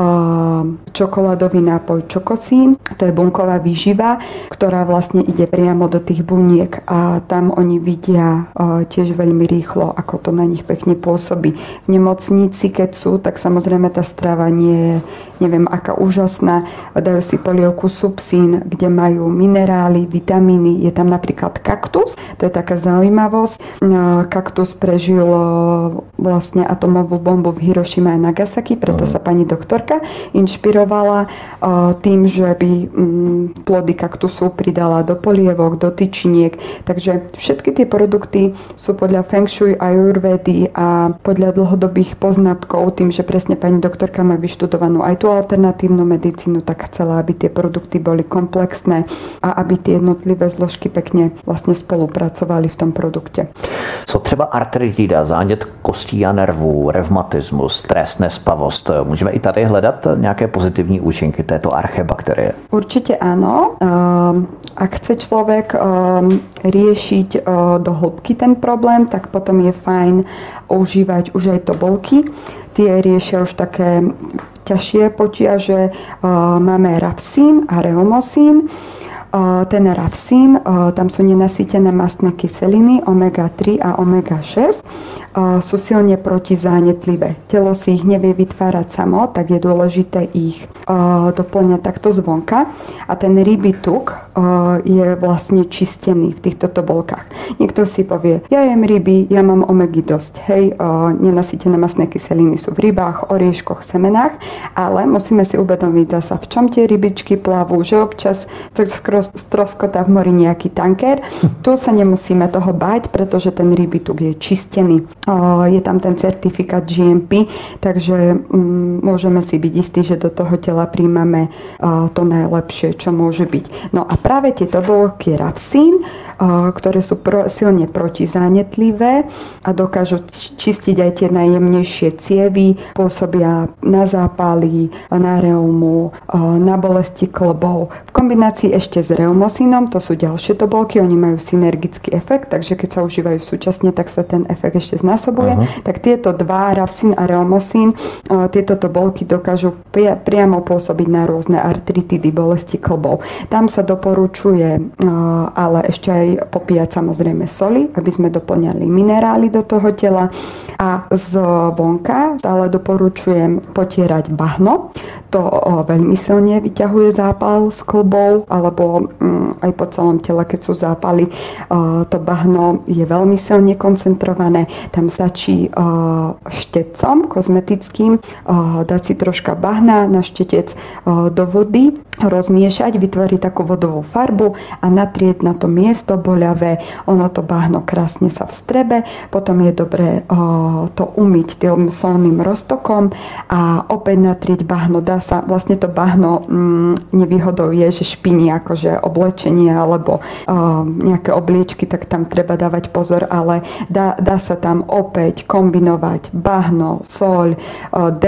čokoládový nápoj čokosín. To je bunková výživa, ktorá vlastne ide priamo do tých buniek a tam oni vidia tiež veľmi rýchlo, ako to na nich pekne pôsobí. V nemocnici, keď sú, tak samozrejme tá strava nie je neviem aká úžasná. Dajú si polievku subsín, kde majú minerály, vitamíny. Je tam napríklad kaktus, to je taká zaujímavosť. Kaktus prežil vlastne atomovú bombu v Hirošime a Nagasaki, preto sa pani doktorka inšpirovala tým, že by plody kaktusu pridala do polievok, do tyčiniek. Takže všetky tie produkty sú podľa Feng Shui a Ayurvedy a podľa dlhodobých poznatkov, tým, že presne pani doktorka má vyštudovanú aj tú alternatívnu medicínu, tak chcela, aby tie produkty boli komplexné a aby tie jednotlivé zložky pekne vlastne spolupracovali v tom produkte. Co třeba artritida, zánět kostí a nervů, revmatismus, stres, nespavost? Můžeme i tady hledat nějaké pozitivní účinky této archebakterie? Určite áno. Ak chce človek riešiť do hĺbky ten problém, tak potom je fajn užívať už aj tobolky. Tie riešia už také ťažšie potiaže. Máme rafsín a reumosín. Ten rafsín, tam sú nenasýtené mastné kyseliny omega-3 a omega-6. Sú silne protizánětlivé. Telo si ich nevie vytvárať samo, tak je dôležité ich doplňať takto zvonka. A ten rybí tuk je vlastne čistený v týchto tobolkách. Niekto si povie, ja jem ryby, ja mám omegy dosť. Hej, nenasýtené mastné kyseliny sú v rybách, orieškoch, semenách, ale musíme si uvedomiť zasa, v čom tie rybičky plavú, že občas stroskotá v mori nejaký tanker. Tu sa nemusíme toho báť, pretože ten rybí tuk je čistený. Je tam ten certifikát GMP, takže môžeme si byť istí, že do toho tela príjmame to najlepšie, čo môže byť. No a práve tie tobolky rafsín, ktoré sú silne protizánětlivé a dokážu čistiť aj tie najjemnejšie cievy, pôsobia na zápaly, na reumu, na bolesti klbov. V kombinácii ešte s reumosínom, to sú ďalšie tobolky, oni majú synergický efekt, takže keď sa užívajú súčasne, tak sa ten efekt ešte znásobuje. Tak tieto dva, rafsín a reumosín, tieto tobolky dokážu priamo pôsobiť na rôzne artritidy, bolesti klbov. Tam sa doporučuje ale ešte aj popíjať samozrejme soli, aby sme doplňali minerály do toho tela. A z vonka stále doporučujem potierať bahno. To veľmi silne vyťahuje zápal z klbov, alebo aj po celom tele, keď sú zápaly. To bahno je veľmi silne koncentrované. Tam stačí štetcom kozmetickým dať si troška bahna na štetec do vody, rozmiešať, vytvoriť takú vodovú farbu a natrieť na to miesto boľavé. Ono to bahno krásne sa vstrebe, potom je dobré to umyť tým solným roztokom a opäť natrieť bahno. Dá sa, vlastne to bahno nevýhodou je, že špiní akože oblečenie alebo nejaké obliečky, tak tam treba dávať pozor, ale dá sa tam opäť kombinovať bahno, soľ,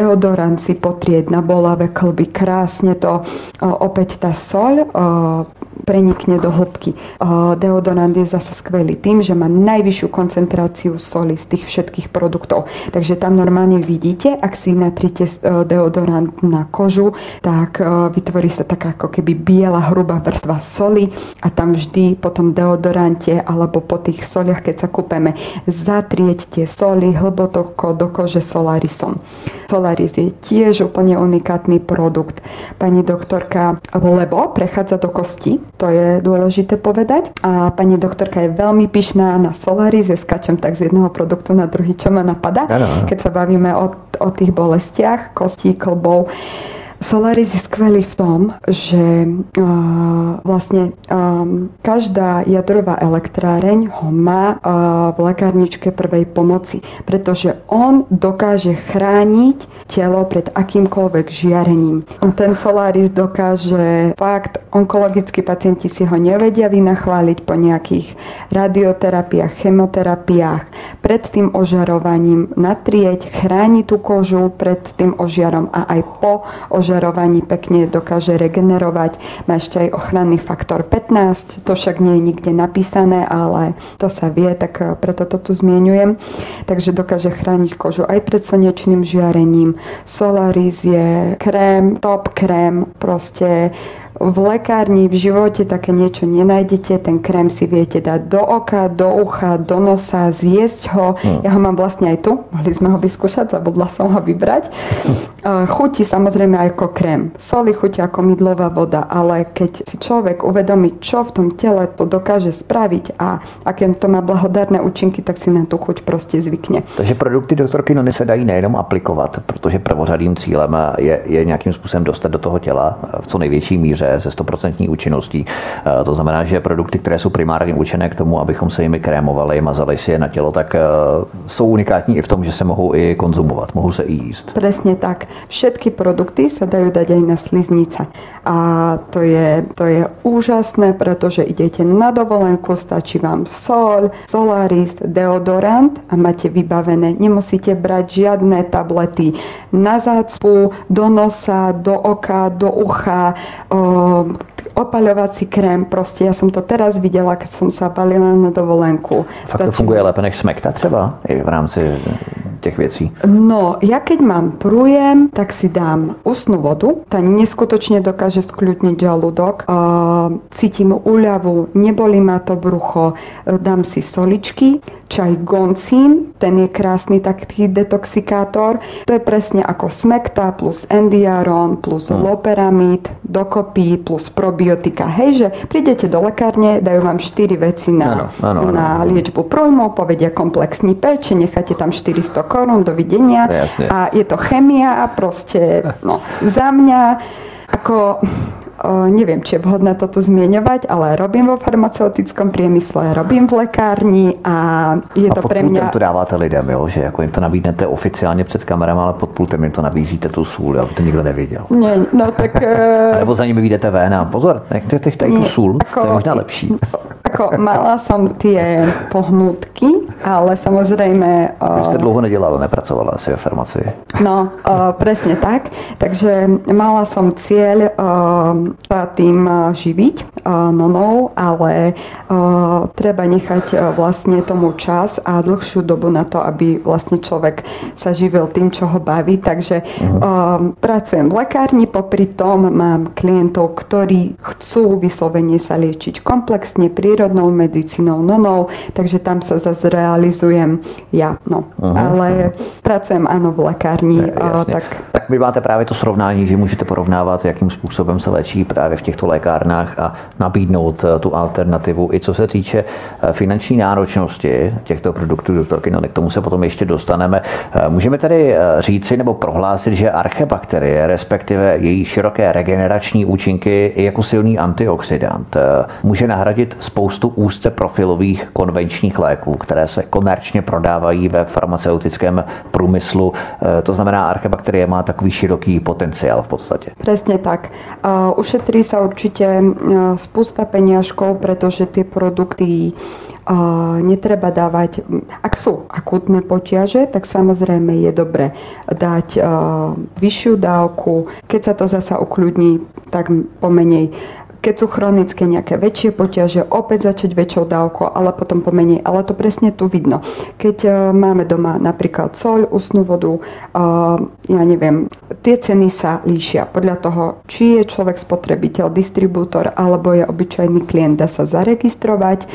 deodorant si potrieť na bolavé klby, krásne to opäť tá soľ prenikne do hĺbky. Deodorant je zase skvelý tým, že má najvyššiu koncentráciu soli z tých všetkých produktov. Takže tam normálne vidíte, ak si natríte deodorant na kožu, tak vytvorí sa taká ako keby biela hrubá vrstva soli a tam vždy po tom deodorante alebo po tých soliach, keď sa kúpeme, zatrieť tie soli hlboko do kože Solarisom. Solaris je tiež úplne unikátny produkt, pani doktorka, lebo prechádza do kosti, to je dôležité povedať. A pani doktorka je veľmi pyšná na Solaris, ja skáčem tak z jedného produktu na druhý, čo ma napadá, keď sa bavíme o tých bolestiach kostí, klbov. Solaris je skvelý v tom, že vlastne každá jadrová elektráreň ho má v lekárničke prvej pomoci, pretože on dokáže chrániť telo pred akýmkoľvek žiarením. Ten Solaris dokáže fakt, onkologickí pacienti si ho nevedia vynachváliť po nejakých radioterapiách, chemoterapiách, pred tým ožarovaním natrieť, chráni tú kožu pred tým ožiarom a aj po ožarovaní pekne dokáže regenerovať. Má ešte aj ochranný faktor 15, to však nie je nikde napísané, ale to sa vie, tak preto to tu zmieňujem. Takže dokáže chrániť kožu aj pred slnečným žiarením. Solaris je krém, top krém, proste v lekárni v živote také niečo nenájdete, ten krém si viete dať do oka, do ucha, do nosa, zjesť ho. Ja ho mám vlastne aj tu, mohli sme ho vyskúšať, zabudla som ho vybrať. Chutí samozrejme aj ako krém. Soli chutí ako mydlová voda, ale keď si človek uvedomí, čo v tom tele to dokáže spraviť a aké to má blahodárne účinky, tak si na tú chuť proste zvykne. Takže produkty doktorky Nony se dají nejenom aplikovat, protože prvořadým cílem je nějakým způsobem dostat do toho těla v co největší míře se 100% účinností. To znamená, že produkty, které jsou primárně určené k tomu, abychom se jimi krémovali, mazali si je na tělo, tak jsou unikátní i v tom, že se mohou i konzumovat, mohou se i jíst. Presne tak. Všetky produkty sa dajú dať aj na sliznice. A to je úžasné, pretože idete na dovolenku, stačí vám sol, Solaris, deodorant a máte vybavené. Nemusíte brať žiadne tablety na zácpu, do nosa, do oka, do ucha, opaľovací krém, proste ja som to teraz videla, keď som sa balila na dovolenku. Fakt to funguje lépe než Smekta třeba i v rámci těch věcí? No, ja keď mám prújem, tak si dám ústnu vodu, tá neskutočne dokáže skľudniť žalúdok, cítim úľavu, nebolí ma to brucho, dám si soličky, čaj Goncín, ten je krásny taký detoxikátor, to je presne ako Smekta plus Endiaron plus Loperamid dokopy plus probiotika. Hej, že prídete do lekárne, dajú vám 4 veci na liečbu prújmov, povedia komplexný péč, necháte tam 400 korún, dovidenia. Jasne. A je to chemia a proste, za mňa ako neviem, či je vhodné toto zmieňovať, ale robím vo farmaceutickom priemysle, robím v lekárni a je to pre mňa... A pod pultem to dáváte lidem, jo? Že jako jim to nabídnete oficiálně před kamerama, ale pod pultem jim to nabízíte tu sůl, aby to nikdo neviděl. Nie, no tak... Nebo za nimi vyjdete ven a pozor, nechte tady tu sůl, to je možná lepší. Ako mala som tie pohnutky, ale samozrejme... Už ste dlouho nedělala, nepracovala asi ve farmacii. No, presne tak. Takže mala som cieľ sa tým živiť nonou, ale treba nechať vlastne tomu čas a dlhšiu dobu na to, aby vlastne človek sa živil tým, čo ho baví. Takže pracujem v lekárni, popri tom mám klientov, ktorí chcú vyslovene sa liečiť komplexne, prírodnou medicínou, nonou, takže tam sa zase realizujem ja. Ale pracujem áno v lekárni. Tak vy máte právě to srovnání, že můžete porovnávat, jakým způsobem se léčí právě v těchto lékárnách a nabídnout tu alternativu. I co se týče finanční náročnosti těchto produktů doktorky Nony, k tomu se potom ještě dostaneme. Můžeme tedy říci nebo prohlásit, že archebakterie, respektive její široké regenerační účinky i jako silný antioxidant může nahradit spoustu úzce profilových konvenčních léků, které se komerčně prodávají ve farmaceutickém průmyslu. To znamená, archebakterie má takový široký potenciál v podstatě. Presne tak. Ušetrí sa určite spústa peniažkov, pretože tie produkty netreba dávať, ak sú akútne potiaže, tak samozrejme je dobre dať vyššiu dávku. Keď sa to zasa ukľudní, tak pomenej. keď sú chronické nejaké väčšie poťaže, opäť začať väčšou dávkou, ale potom pomenej. Ale to presne tu vidno. Keď máme doma napríklad soľ, usnú vodu, ja neviem, tie ceny sa líšia podľa toho, či je človek spotrebiteľ, distribútor alebo je obyčajný klient. Dá sa zaregistrovať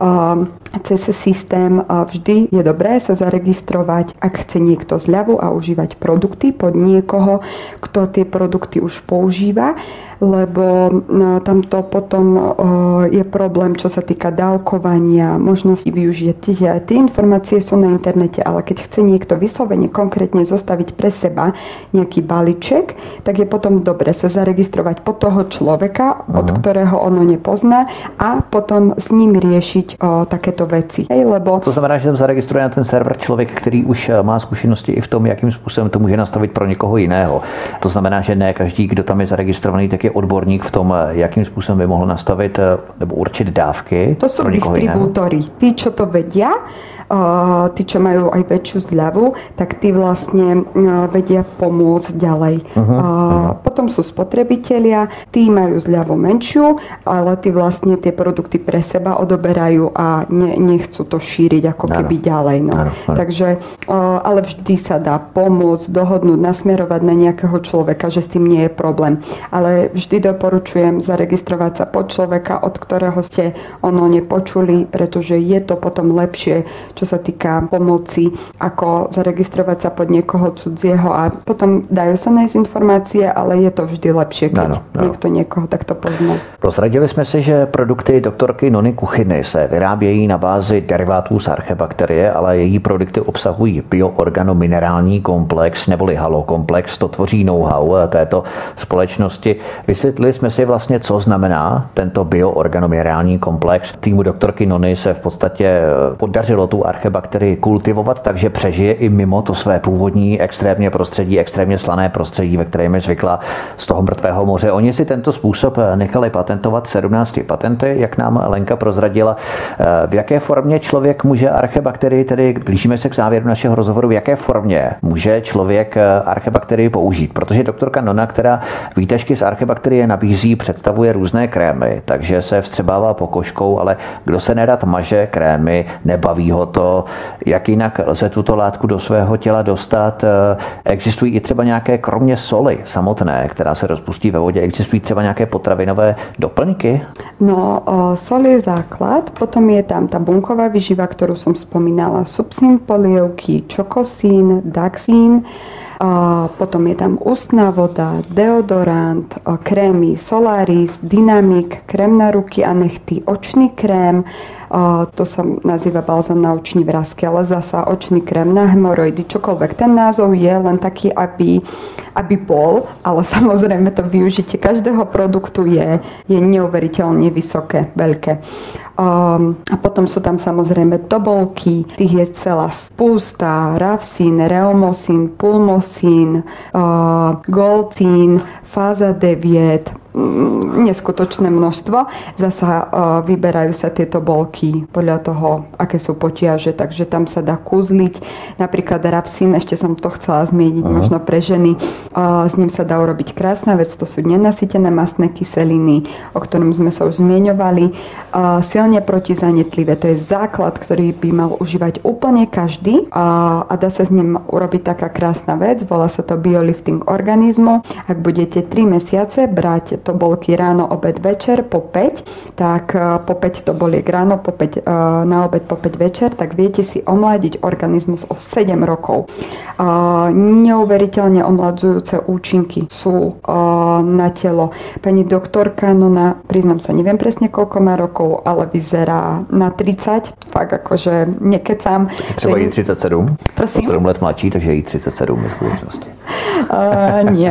cez systém. Vždy je dobré sa zaregistrovať, ak chce niekto zľavu a užívať produkty pod niekoho, kto tie produkty už používa, lebo tamto potom je problém, čo sa týka dávkovania, možnosti využiť. Tie informácie sú na internete, ale keď chce niekto vyslovene konkrétne zostaviť pre seba nejaký balíček, tak je potom dobre sa zaregistrovať pod toho človeka, od ktorého ono nepozná a potom s ním riešiť takéto veci. Lebo... To znamená, že tam zaregistruje na ten server člověk, který už má zkušenosti i v tom, jakým způsobem to může nastavit pro někoho jiného. To znamená, že ne každý, kdo tam je zaregistrovaný, tak je odborník v tom, jakým způsobem by mohl nastavit nebo určit dávky. To sú distribútori. Tí, čo to vedia, tí, čo majú aj väčšiu zľavu, tak tí vlastne vedia pomôcť ďalej. Potom sú spotrebitelia, tí majú zľavu menšiu, ale tí vlastne tie produkty pre seba odoberajú a nechcú to šíriť ako keby ďalej. No. Takže, ale vždy sa dá pomôcť, dohodnúť, nasmerovať na nejakého človeka, že s tým nie je problém. Ale vždy doporučujem zaregistrovať sa pod človeka, od ktorého ste ono nepočuli, pretože je to potom lepšie, čo sa týka pomoci, ako zaregistrovať sa pod niekoho cudzieho a potom dajú sa nájsť informácie, ale je to vždy lepšie, keď niekto niekoho takto pozná. Prozradili jsme si, že produkty doktorky Nony Kuchyny se vyrábějí na bázi derivátů z archebakterie, ale její produkty obsahují bioorganominerální komplex neboli halokomplex. To tvoří know-how této společnosti. Vysvětlili jsme si vlastně, co znamená tento bioorganominerální komplex. Týmu doktorky Nony se v podstatě podařilo tu archebakterii kultivovat, takže přežije i mimo to své původní extrémně prostředí, extrémně slané prostředí, ve kterém je zvykla z toho mrtvého moře. Oni si tento způsob nechali patentovat 17 patenty, jak nám Lenka prozradila. V jaké formě člověk může archebakterii, tedy blížíme se k závěru našeho rozhovoru, v jaké formě může člověk archebakterii použít? Protože doktorka Nona, která výtažky z archebakterie nabízí, představuje různé krémy, takže se vstřebává pokožkou, ale kdo se nerad maže krémy, nebaví ho to, jak jinak lze tuto látku do svého těla dostat. Existují i třeba nějaké, kromě soli samotné, která se rozpustí ve vodě, existují třeba nějaké potravinové doplňky? No, sol je základ, potom je tam tá bunková výživa, ktorú som spomínala, subsín polievky, čokosín, daxín, potom je tam ústna voda, deodorant, krémy Solaris, Dynamic, krém na ruky a nechty, očný krém, to sa nazýva balzám na oční vrásky, ale zasa očný krém na hemoroidy, čokoľvek. Ten názov je len taký, aby bol, ale samozrejme to využitie každého produktu je neuveriteľne vysoké, veľké. A potom sú tam samozrejme tobolky, tých je celá spústa, Ravsin, Reumocin, Pulmocin, Golcin, Fáza 9, neskutočné množstvo. Zasa vyberajú sa tieto bolky podľa toho, aké sú potiaže, takže tam sa dá kúzliť. Napríklad Ravsin, ešte som to chcela zmieniť, možno pre ženy, s ním sa dá urobiť krásna vec, to sú nenasýtené mastné kyseliny, o ktorom sme sa už zmieňovali. Silne protizanetlivé, to je základ, ktorý by mal užívať úplne každý a dá sa s ním urobiť taká krásna vec, volá sa to biolifting organizmu. Ak budete 3 mesiace brať tobolky ráno, obed, večer po 5, tak po 5 toboliek ráno, po 5, na obed po 5 večer, tak viete si omladiť organizmus o 7 rokov. Neuveriteľne omladzujúce účinky sú na telo. Pani doktorka Nona, priznám sa, neviem presne koľko má rokov, ale vyzerá na 30, fakt akože nekecám. Třeba jí 37, prosím? 7 let mladší, takže jí 37 v skutečnosti. Nie.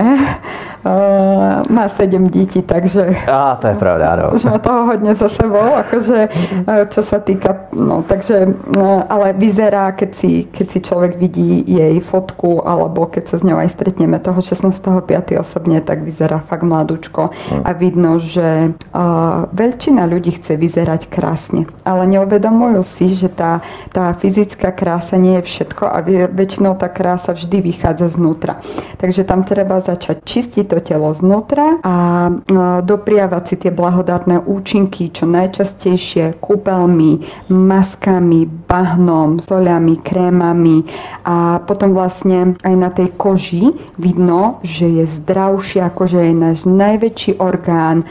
Má 7 detí, takže... To je pravda, no. Už má toho hodne za sebou, akože, čo sa týka... No, takže, ale vyzerá, keď si človek vidí jej fotku, alebo keď sa s ňou aj stretneme toho 16.5. osobne, tak vyzerá fakt mladúčko. A vidno, že veľčina ľudí chce vyzerať krásne. Ale neuvedomujú si, že tá fyzická krása nie je všetko a väčšinou tá krása vždy vychádza znútra. Takže tam treba začať čistiť to to telo znútra a dopriavať si tie blahodárne účinky čo najčastejšie kúpeľmi, maskami, bahnom, soľami, krémami a potom vlastne aj na tej koži vidno, že je zdravšia, koža je náš najväčší orgán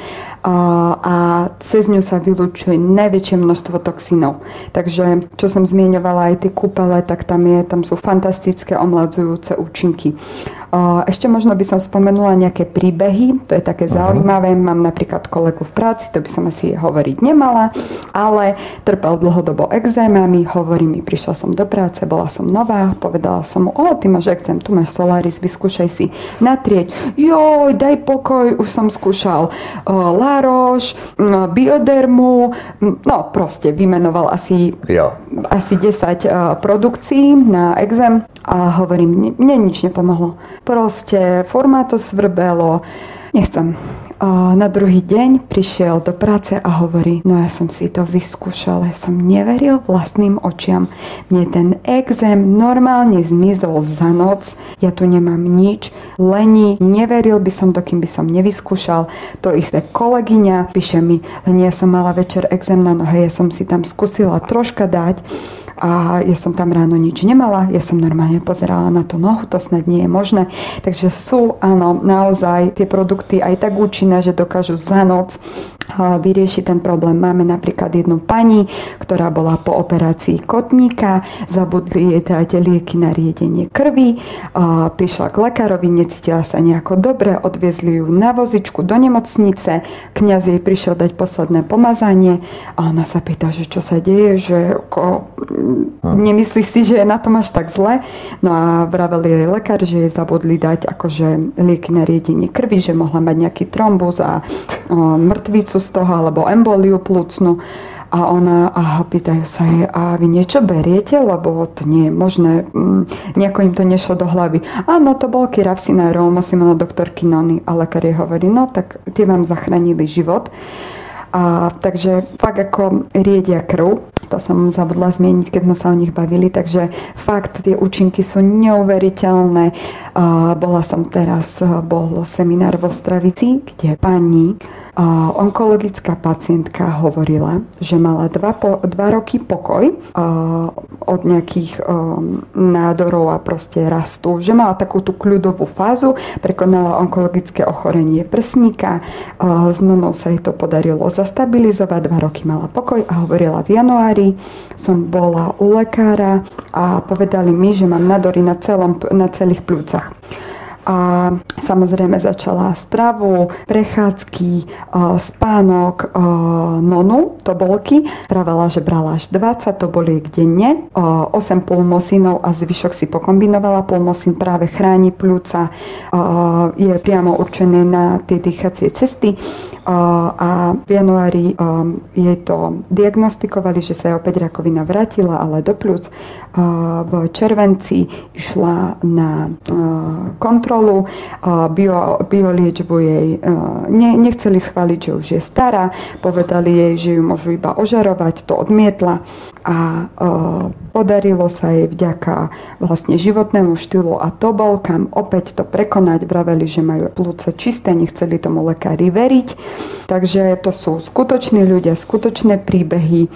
a cez ňu sa vylučuje najväčšie množstvo toxínov. Takže, čo som zmieňovala aj tie kúpele, tak tam sú fantastické omladzujúce účinky. Ešte možno by som spomenula nejaké príbehy, to je také zaujímavé. Mám napríklad kolegu v práci, to by som asi hovoriť nemala, ale trpel dlhodobo exémami, hovorí mi, prišla som do práce, bola som nová, povedala som mu, ty máš exém, tu máš Solaris, vyskúšaj si natrieť. Joj, daj pokoj, už som skúšal Laroš, Biodermu, no proste vymenoval asi 10 produkcií na exém a hovorím, mne nič nepomohlo. Proste forma to svrbelo, nechcem. Na druhý deň prišiel do práce a hovorí, no ja som si to vyskúšal, ja som neveril vlastným očiam. Mne ten exém normálne zmizol za noc, ja tu nemám nič, leni, neveril by som to, kým by som nevyskúšal. To isté kolegyňa píše mi, len ja som mala večer exém na nohe, ja som si tam skúsila troška dať, a ja som tam ráno nič nemala, ja som normálne pozerala na tú nohu, to snad nie je možné. Takže sú, áno, naozaj tie produkty aj tak účinné, že dokážu za noc vyriešiť ten problém. Máme napríklad jednu pani, ktorá bola po operácii kotníka, zabudli jej dať lieky na riedenie krvi, prišla k lekárovi, necítila sa nejako dobre, odviezli ju na vozičku do nemocnice, kňaz jej prišiel dať posledné pomazanie a ona sa pýta, že čo sa deje, že nemyslí si, že je na tom až tak zle. No a vravel jej lekár, že jej zabudli dať akože lieky na riedenie krvi, že mohla mať nejaký trombus a mŕtvicu z toho, alebo emboliu plúcnu. A ona, pýtajú sa jej, a vy niečo beriete, lebo to nie je možné, nejako im to nešlo do hlavy. Áno, to bol Kirafsinárov, musím na doktorky Nony. A lekár jej hovorí, no tak tie vám zachránili život. Takže fakt ako riedia krv, to som zabudla zmieniť, keď sme sa o nich bavili, takže fakt tie účinky sú neuveriteľné. Bol seminár v Ostravici, kde pani onkologická pacientka hovorila, že mala 2 roky pokoj od nejakých nádorov a proste rastu, že mala takú tú kľudovú fázu, prekonala onkologické ochorenie prsníka, s nonou sa jej to podarilo zastabilizovať, 2 roky mala pokoj a hovorila, v januári som bola u lekára a povedali mi, že mám nádory na celých pľúcach. A samozrejme začala stravu, prechádzky, spánok, nonu, tobolky. Pravila, že brala až 20 toboliek denne, 8 pulmosínov a zvyšok si pokombinovala. Pulmosín práve chráni pľúca, je priamo určené na tie dýchacie cesty. A v januári jej to diagnostikovali, že sa jej opäť rakovina vrátila, ale do pľúc. V červenci išla na kontrolu, bioliečbu jej nechceli schváliť, že už je stará, povedali jej, že ju môžu iba ožarovať, to odmietla a podarilo sa jej vďaka vlastne životnému štýlu a tobolkám opäť to prekonať. Vraveli, že majú plúce čisté, nechceli tomu lekári veriť. Takže to sú skutoční ľudia, skutočné príbehy.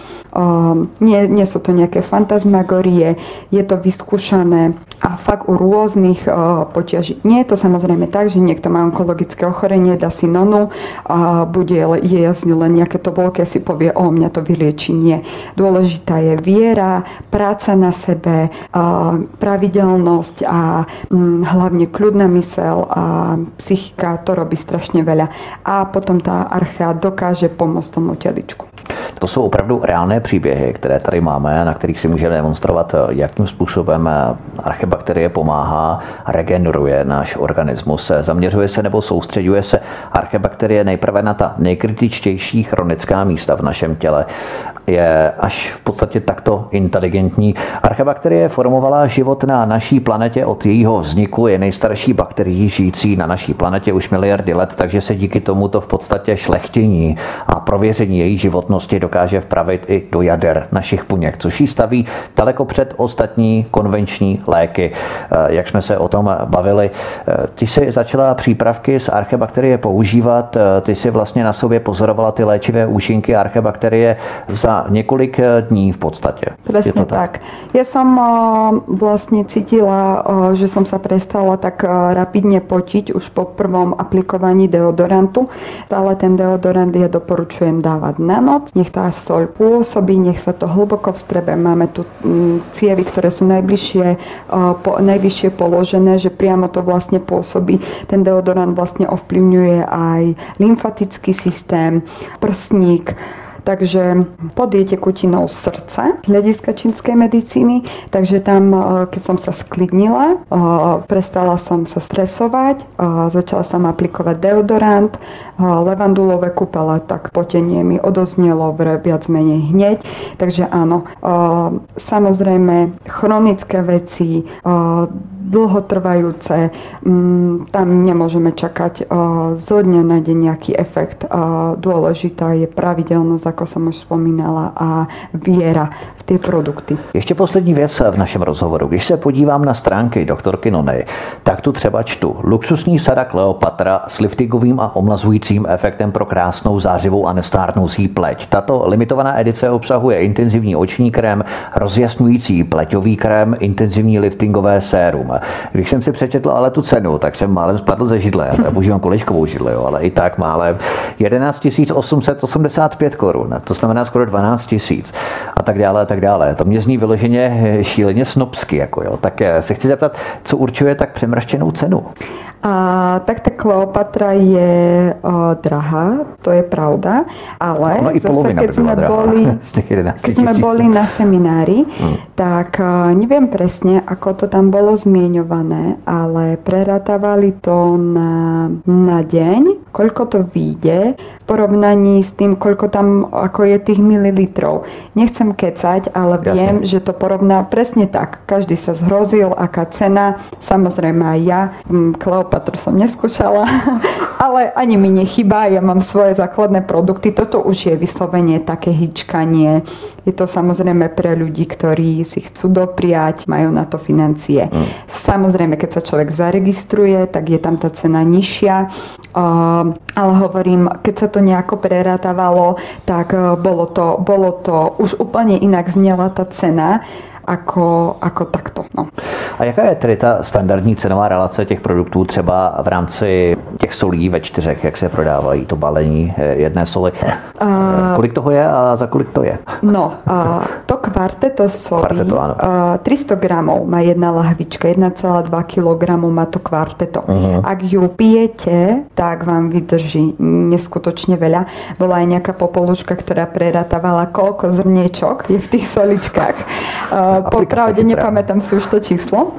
Nie sú to nejaké fantasmagorie, je to vyskúšané a fakt u rôznych potiaží. Nie je to samozrejme tak, že niekto má onkologické ochorenie, dá si nonu a bude jesť len nejaké tobolky a si povie, mňa to vylieči. Nie. Dôležitá je viera, práca na sebe, pravidelnosť a hlavne kľudná myseľ a psychika, to robí strašne veľa. A potom tá archea dokáže pomôcť tomu teličku. To jsou opravdu reálné příběhy, které tady máme, na kterých si můžeme demonstrovat, jakým způsobem archebakterie pomáhá, regeneruje náš organismus, zaměřuje se nebo soustředuje se archebakterie nejprve na ta nejkritičtější chronická místa v našem těle. Je až v podstatě takto inteligentní. Archebakterie formovala život na naší planetě od jejího vzniku, je nejstarší bakterií žijící na naší planetě už miliardy let, takže se díky tomuto v podstatě šlechtění a a prověření její životnosti dokáže vpravit i do jader našich buněk, což ji staví daleko před ostatní konvenční léky. Jak jsme se o tom bavili, ty jsi začala přípravky z archebakterie používat, ty jsi vlastně na sobě pozorovala ty léčivé účinky archebakterie za několik dní v podstatě. Presne tak. Ja som vlastne cítila, že som sa prestala tak rapidne potiť už po prvom aplikovaní deodorantu. Ale ten deodorant ja doporučujem dávať na noc. Nech tá soľ pôsobí, nech sa to hlboko vstrebe. Máme tu cievy, ktoré sú najvyššie položené, že priamo to vlastne pôsobí. Ten deodorant vlastne ovplyvňuje aj lymfatický systém, prsník. Takže pod je tekutinou srdca, hľadiska čínskej medicíny, takže tam, keď som sa sklidnila, prestala som sa stresovať, začala som aplikovať deodorant, levandulové kúpele, tak potenie mi odoznelo viac menej hneď. Takže áno, samozrejme chronické veci, dlhotrvajúce, tam nemôžeme čakať zo dňa na deň nejaký efekt. Dôležitá je pravidelnosť, ako som už spomínala, a viera v ty produkty. Ještě poslední věc v našem rozhovoru. Když se podívám na stránky doktorky Nony, tak tu třeba čtu luxusní sada Kleopatra s liftingovým a omlazujícím efektem pro krásnou, zářivou a nestárnoucí pleť. Tato limitovaná edice obsahuje intenzivní oční krém, rozjasňující pleťový krém, intenzivní liftingové sérum. Když jsem si přečetl ale tu cenu, tak jsem málem spadl ze židle. Já používám kolečkovou židli, ale i tak málem 11 885 korun. To znamená skoro 12 000 a tak dále a tak dále. To mě zní vyloženě šíleně snobsky. Jako jo. Tak se chci zeptat, co určuje tak přemrštěnou cenu? Tak tá Kleopatra je drahá, to je pravda, ale no, zase, keď sme boli na seminári, tak neviem presne, ako to tam bolo zmieňované, ale prerátavali to na deň, koľko to vyjde v porovnaní s tým, koľko tam ako je tých mililitrov. Nechcem kecať, ale viem, že to porovná presne tak. Každý sa zhrozil, aká cena, samozrejme aj ja, Kleopatru som neskúšala, ale ani mi nechýba, ja mám svoje základné produkty. Toto už je vyslovene také hýčkanie. Je to samozrejme pre ľudí, ktorí si chcú dopriať, majú na to financie. Samozrejme, keď sa človek zaregistruje, tak je tam tá cena nižšia, ale hovorím, keď sa to nejako prerátavalo, tak bolo to už úplne inak znela tá cena, ako takto. No. A jaká je tedy ta standardní cenová relace těch produktů třeba v rámci těch solí ve 4, jak se prodávají to balení jedné soli? Kolik toho je a za kolik to je? No, to kvarteto solí, 300 gramov má jedna lahvička, 1,2 kg má to kvarteto. Ak ju pijete, tak vám vydrží neskutočne veľa. Bola aj nejaká popoluška, ktorá preratávala, koľko zrniečok je v tých soličkách. Popravde nepamätám si už to číslo,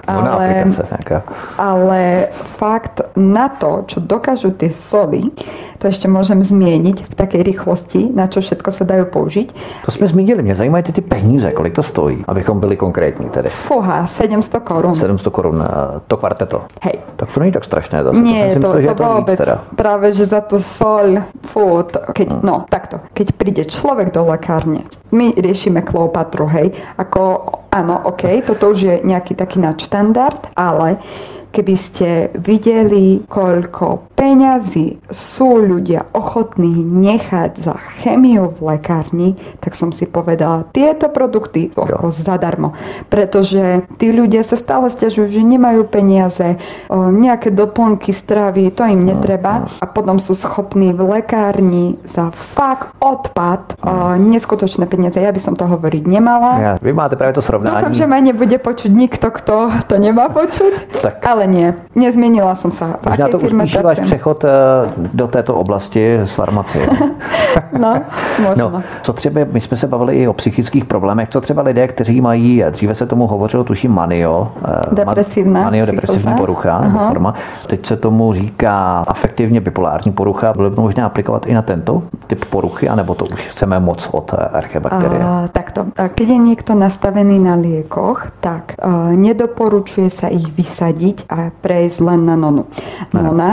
ale fakt na to, čo dokážu tie soli, to ešte môžem zmieniť v takej rýchlosti, na čo všetko sa dajú použiť. To jsme zmínili, mě zajímají ty peníze, kolik to stojí, abychom byli konkrétní tedy. Fúha, 700 korun. 700 korun to kvarteto. Hej. Tak to není tak strašné zase. Nie, to vôbec. Práve, že za tú soľ, takto. Keď príde človek do lekárne, my riešime Kleopatru, hej, ako áno, OK, toto už je nejaký taký nadštandard, ale keby ste videli, koľko peňazí sú ľudia ochotní nechať za chemiu v lekárni, tak som si povedala, tieto produkty sú ako zadarmo. Pretože tí ľudia sa stále sťažujú, že nemajú peniaze, nejaké doplnky stravy, to im netreba a potom sú schopní v lekárni za fakt odpad neskutočné peniaze. Ja by som to hovoriť nemala. Vy máte práve to srovnání. Dúfam, že ma nebude počuť nikto, kto to nemá počuť. Tak. Ale nie, nezmienila som sa. Možná to uspíšila přechod do této oblasti z farmacie. No, možná. No, co třeba, my jsme se bavili i o psychických problémech, co třeba lidé, kteří mají, dříve se tomu hovořilo, tuším depresivní porucha, forma. Teď se tomu říká afektivně bipolární porucha. Bylo by možné aplikovat i na tento typ poruchy, anebo to už chceme moc od archebakterie? Takto. Keď je niekto nastavený na liekoch, tak nedoporučuje sa ich vysadiť a prejsť len na nonu. Nona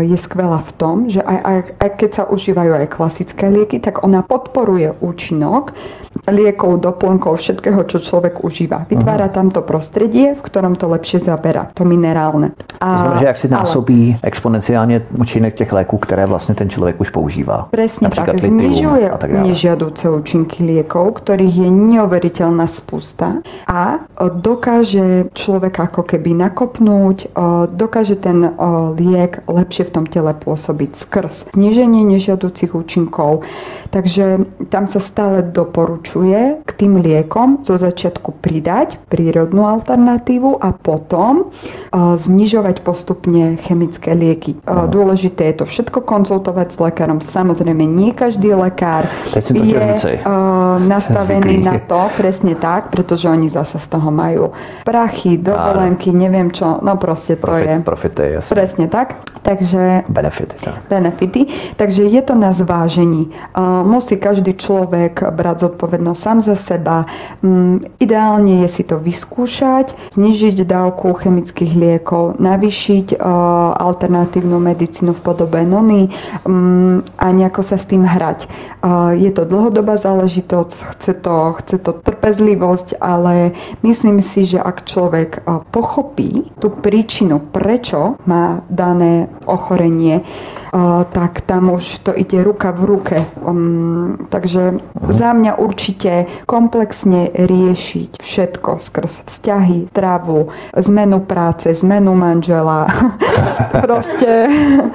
je skvelá v tom, že aj keď sa užívajú aj klasické lieky, tak ona podporuje účinok liekov, doplnkov, všetkého, čo človek užíva. Vytvára tam to prostredie, v ktorom to lepšie zabera, to minerálne. To znamená, že jak si násobí exponenciálně účinek těch léků, které vlastně ten člověk už používá. Presne tak, znižuje nežiaduce účinky liekov, ktorých je neuveriteľná spústa a dokáže človeka ako keby nakopnúť, dokáže ten liek lepšie v tom tele pôsobiť skrz zníženie nežiaducich účinkov. Takže tam sa stále doporučuje k tým liekom zo začiatku pridať prírodnú alternatívu a potom znižovať postupne chemické lieky. Dôležité je to všetko konzultovať s lekárom. Samozrejme, nie každý lekár je nastavený na to, presne tak, pretože oni zase z toho majú prachy, dovolenky, neviem čo, no proste to je. Profity, jasne. Presne tak. Takže benefity. Takže je to na zvážení. Musí každý človek brať zodpovednosť sám za seba. Ideálne je si to vyskúšať, znižiť dávku chemických liekov, navýšiť alternatívnu medicínu v podobe nony a nejako sa s tým hrať. Je to dlhodobá záležitosť, chce to trpezlivosť, ale myslím si, že ak človek pochopí tú príčinu, prečo má dané ochorenie, tak tam už to ide ruka v ruke. Takže za mňa určite komplexne riešiť všetko skrz vzťahy, travu, zmenu práce, zmenu manžela. Proste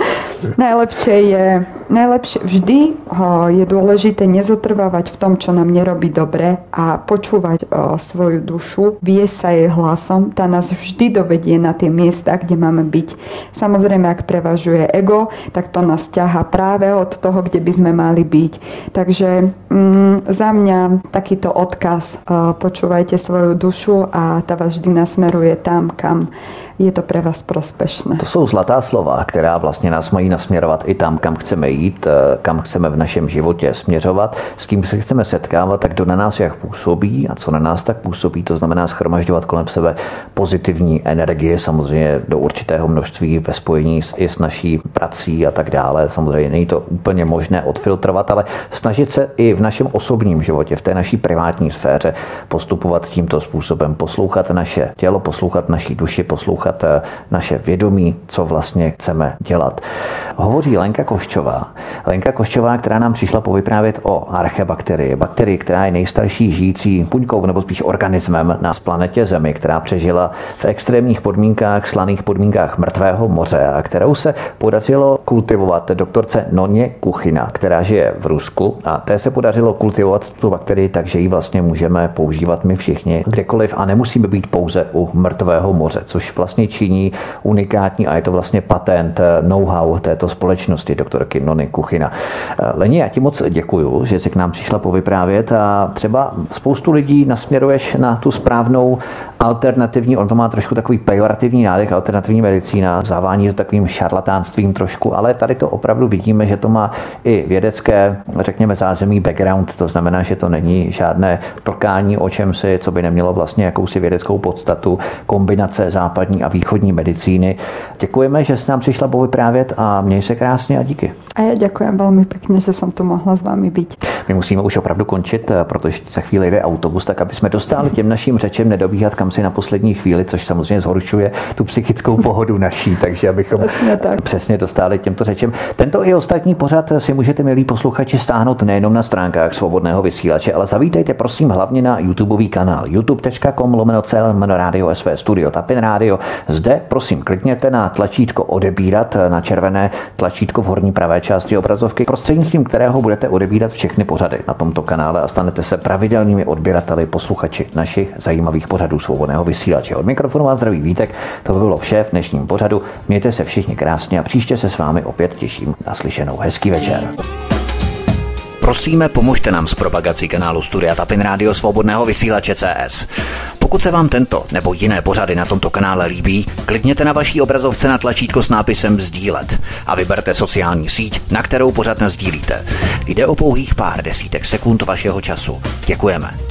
najlepšie vždy je dôležité nezotrvávať v tom, čo nám nerobí dobre a počúvať svoju dušu, viesť sa jej hlasom. Tá nás vždy dovedie na tie miesta, kde máme byť. Samozrejme, ak prevažuje ego, tak to nás ťahá práve od toho, kde by sme mali byť. Takže za mňa takýto odkaz, počúvajte svoju dušu a ta vás vždy nasmeruje tam, kam je to pre vás prospešné. To jsou zlatá slova, která vlastně nás mají nasměrovat i tam, kam chceme jít, kam chceme v našem životě směřovat, s kým se chceme setkávat, tak kdo na nás jak působí a co na nás tak působí, to znamená shromažďovat kolem sebe pozitivní energie, samozřejmě do určitého množství ve spojení i s naší prací a tak dále. Samozřejmě není to úplně možné odfiltrovat, ale snažit se i v našem osobním životě, v té naší privátní sféře postupovat tímto způsobem, poslouchat naše tělo, poslouchat naší duši, poslouchat naše vědomí, co vlastně chceme dělat. Hovoří Lenka Koščová, která nám přišla povyprávět o bakterii, která je nejstarší žijící buňkou nebo spíš organismem na planetě Zemi, která přežila v extrémních podmínkách, slaných podmínkách mrtvého moře a kterou se podařilo kultivovat doktorce Noně Kuchina, která žije v Rusku a té se podařilo kultivovat tu bakterii, takže ji vlastně můžeme používat my všichni kdekoliv a nemusíme být pouze u mrtvého moře, což vlastně činí unikátní a je to vlastně patent, know-how této společnosti doktorky Nony Kuchina. Leni, já ti moc děkuju, že jsi k nám přišla povyprávět a třeba spoustu lidí nasměruješ na tu správnou alternativní, on to má trošku takový pejorativní nádech, alternativní medicína, zavání to takovým šarlatánstvím trošku, ale tady to opravdu vidíme, že to má i vědecké, řekněme, zázemí background, to znamená, že to není žádné plkání o čemsi, co by nemělo vlastně jakousi vědeckou podstatu, kombinace západní a východní medicíny. Děkujeme, že jsi nám přišla povyprávět a měj se krásně a díky. A já děkuji velmi pěkně, že jsem tu mohla s vámi být. My musíme už opravdu končit, protože za chvíli jde autobus, tak aby jsme dostali těm našim řečem nedobíhat kam si na poslední chvíli, což samozřejmě zhoršuje tu psychickou pohodu naší, takže abychom přesně dostali těmto řečem. Tento i ostatní pořad si můžete, milí posluchači, stáhnout nejenom na stránkách Svobodného vysílače, ale zavítejte prosím hlavně na YouTubeový kanál youtube.com/CLMN-Radio SV Studio Tapin Radio. Zde prosím klikněte na tlačítko odebírat, na červené tlačítko v horní pravé části obrazovky, prostřednictvím kterého budete odebírat všechny pořady na tomto kanále a stanete se pravidelnými odběrateli, posluchači našich zajímavých pořadů Svobodného vysílače. Od mikrofonu vás zdraví Vítek, to by bylo vše v dnešním pořadu. Mějte se všichni krásně a příště se s vámi opět těším. Naslyšenou. Hezký večer. Prosíme, pomožte nám s propagací kanálu Studia Tapin Radio Svobodného vysílače CS. Pokud se vám tento nebo jiné pořady na tomto kanále líbí, klikněte na vaší obrazovce na tlačítko s nápisem sdílet a vyberte sociální síť, na kterou pořad nasdílíte. Jde o pouhých pár desítek sekund vašeho času. Děkujeme.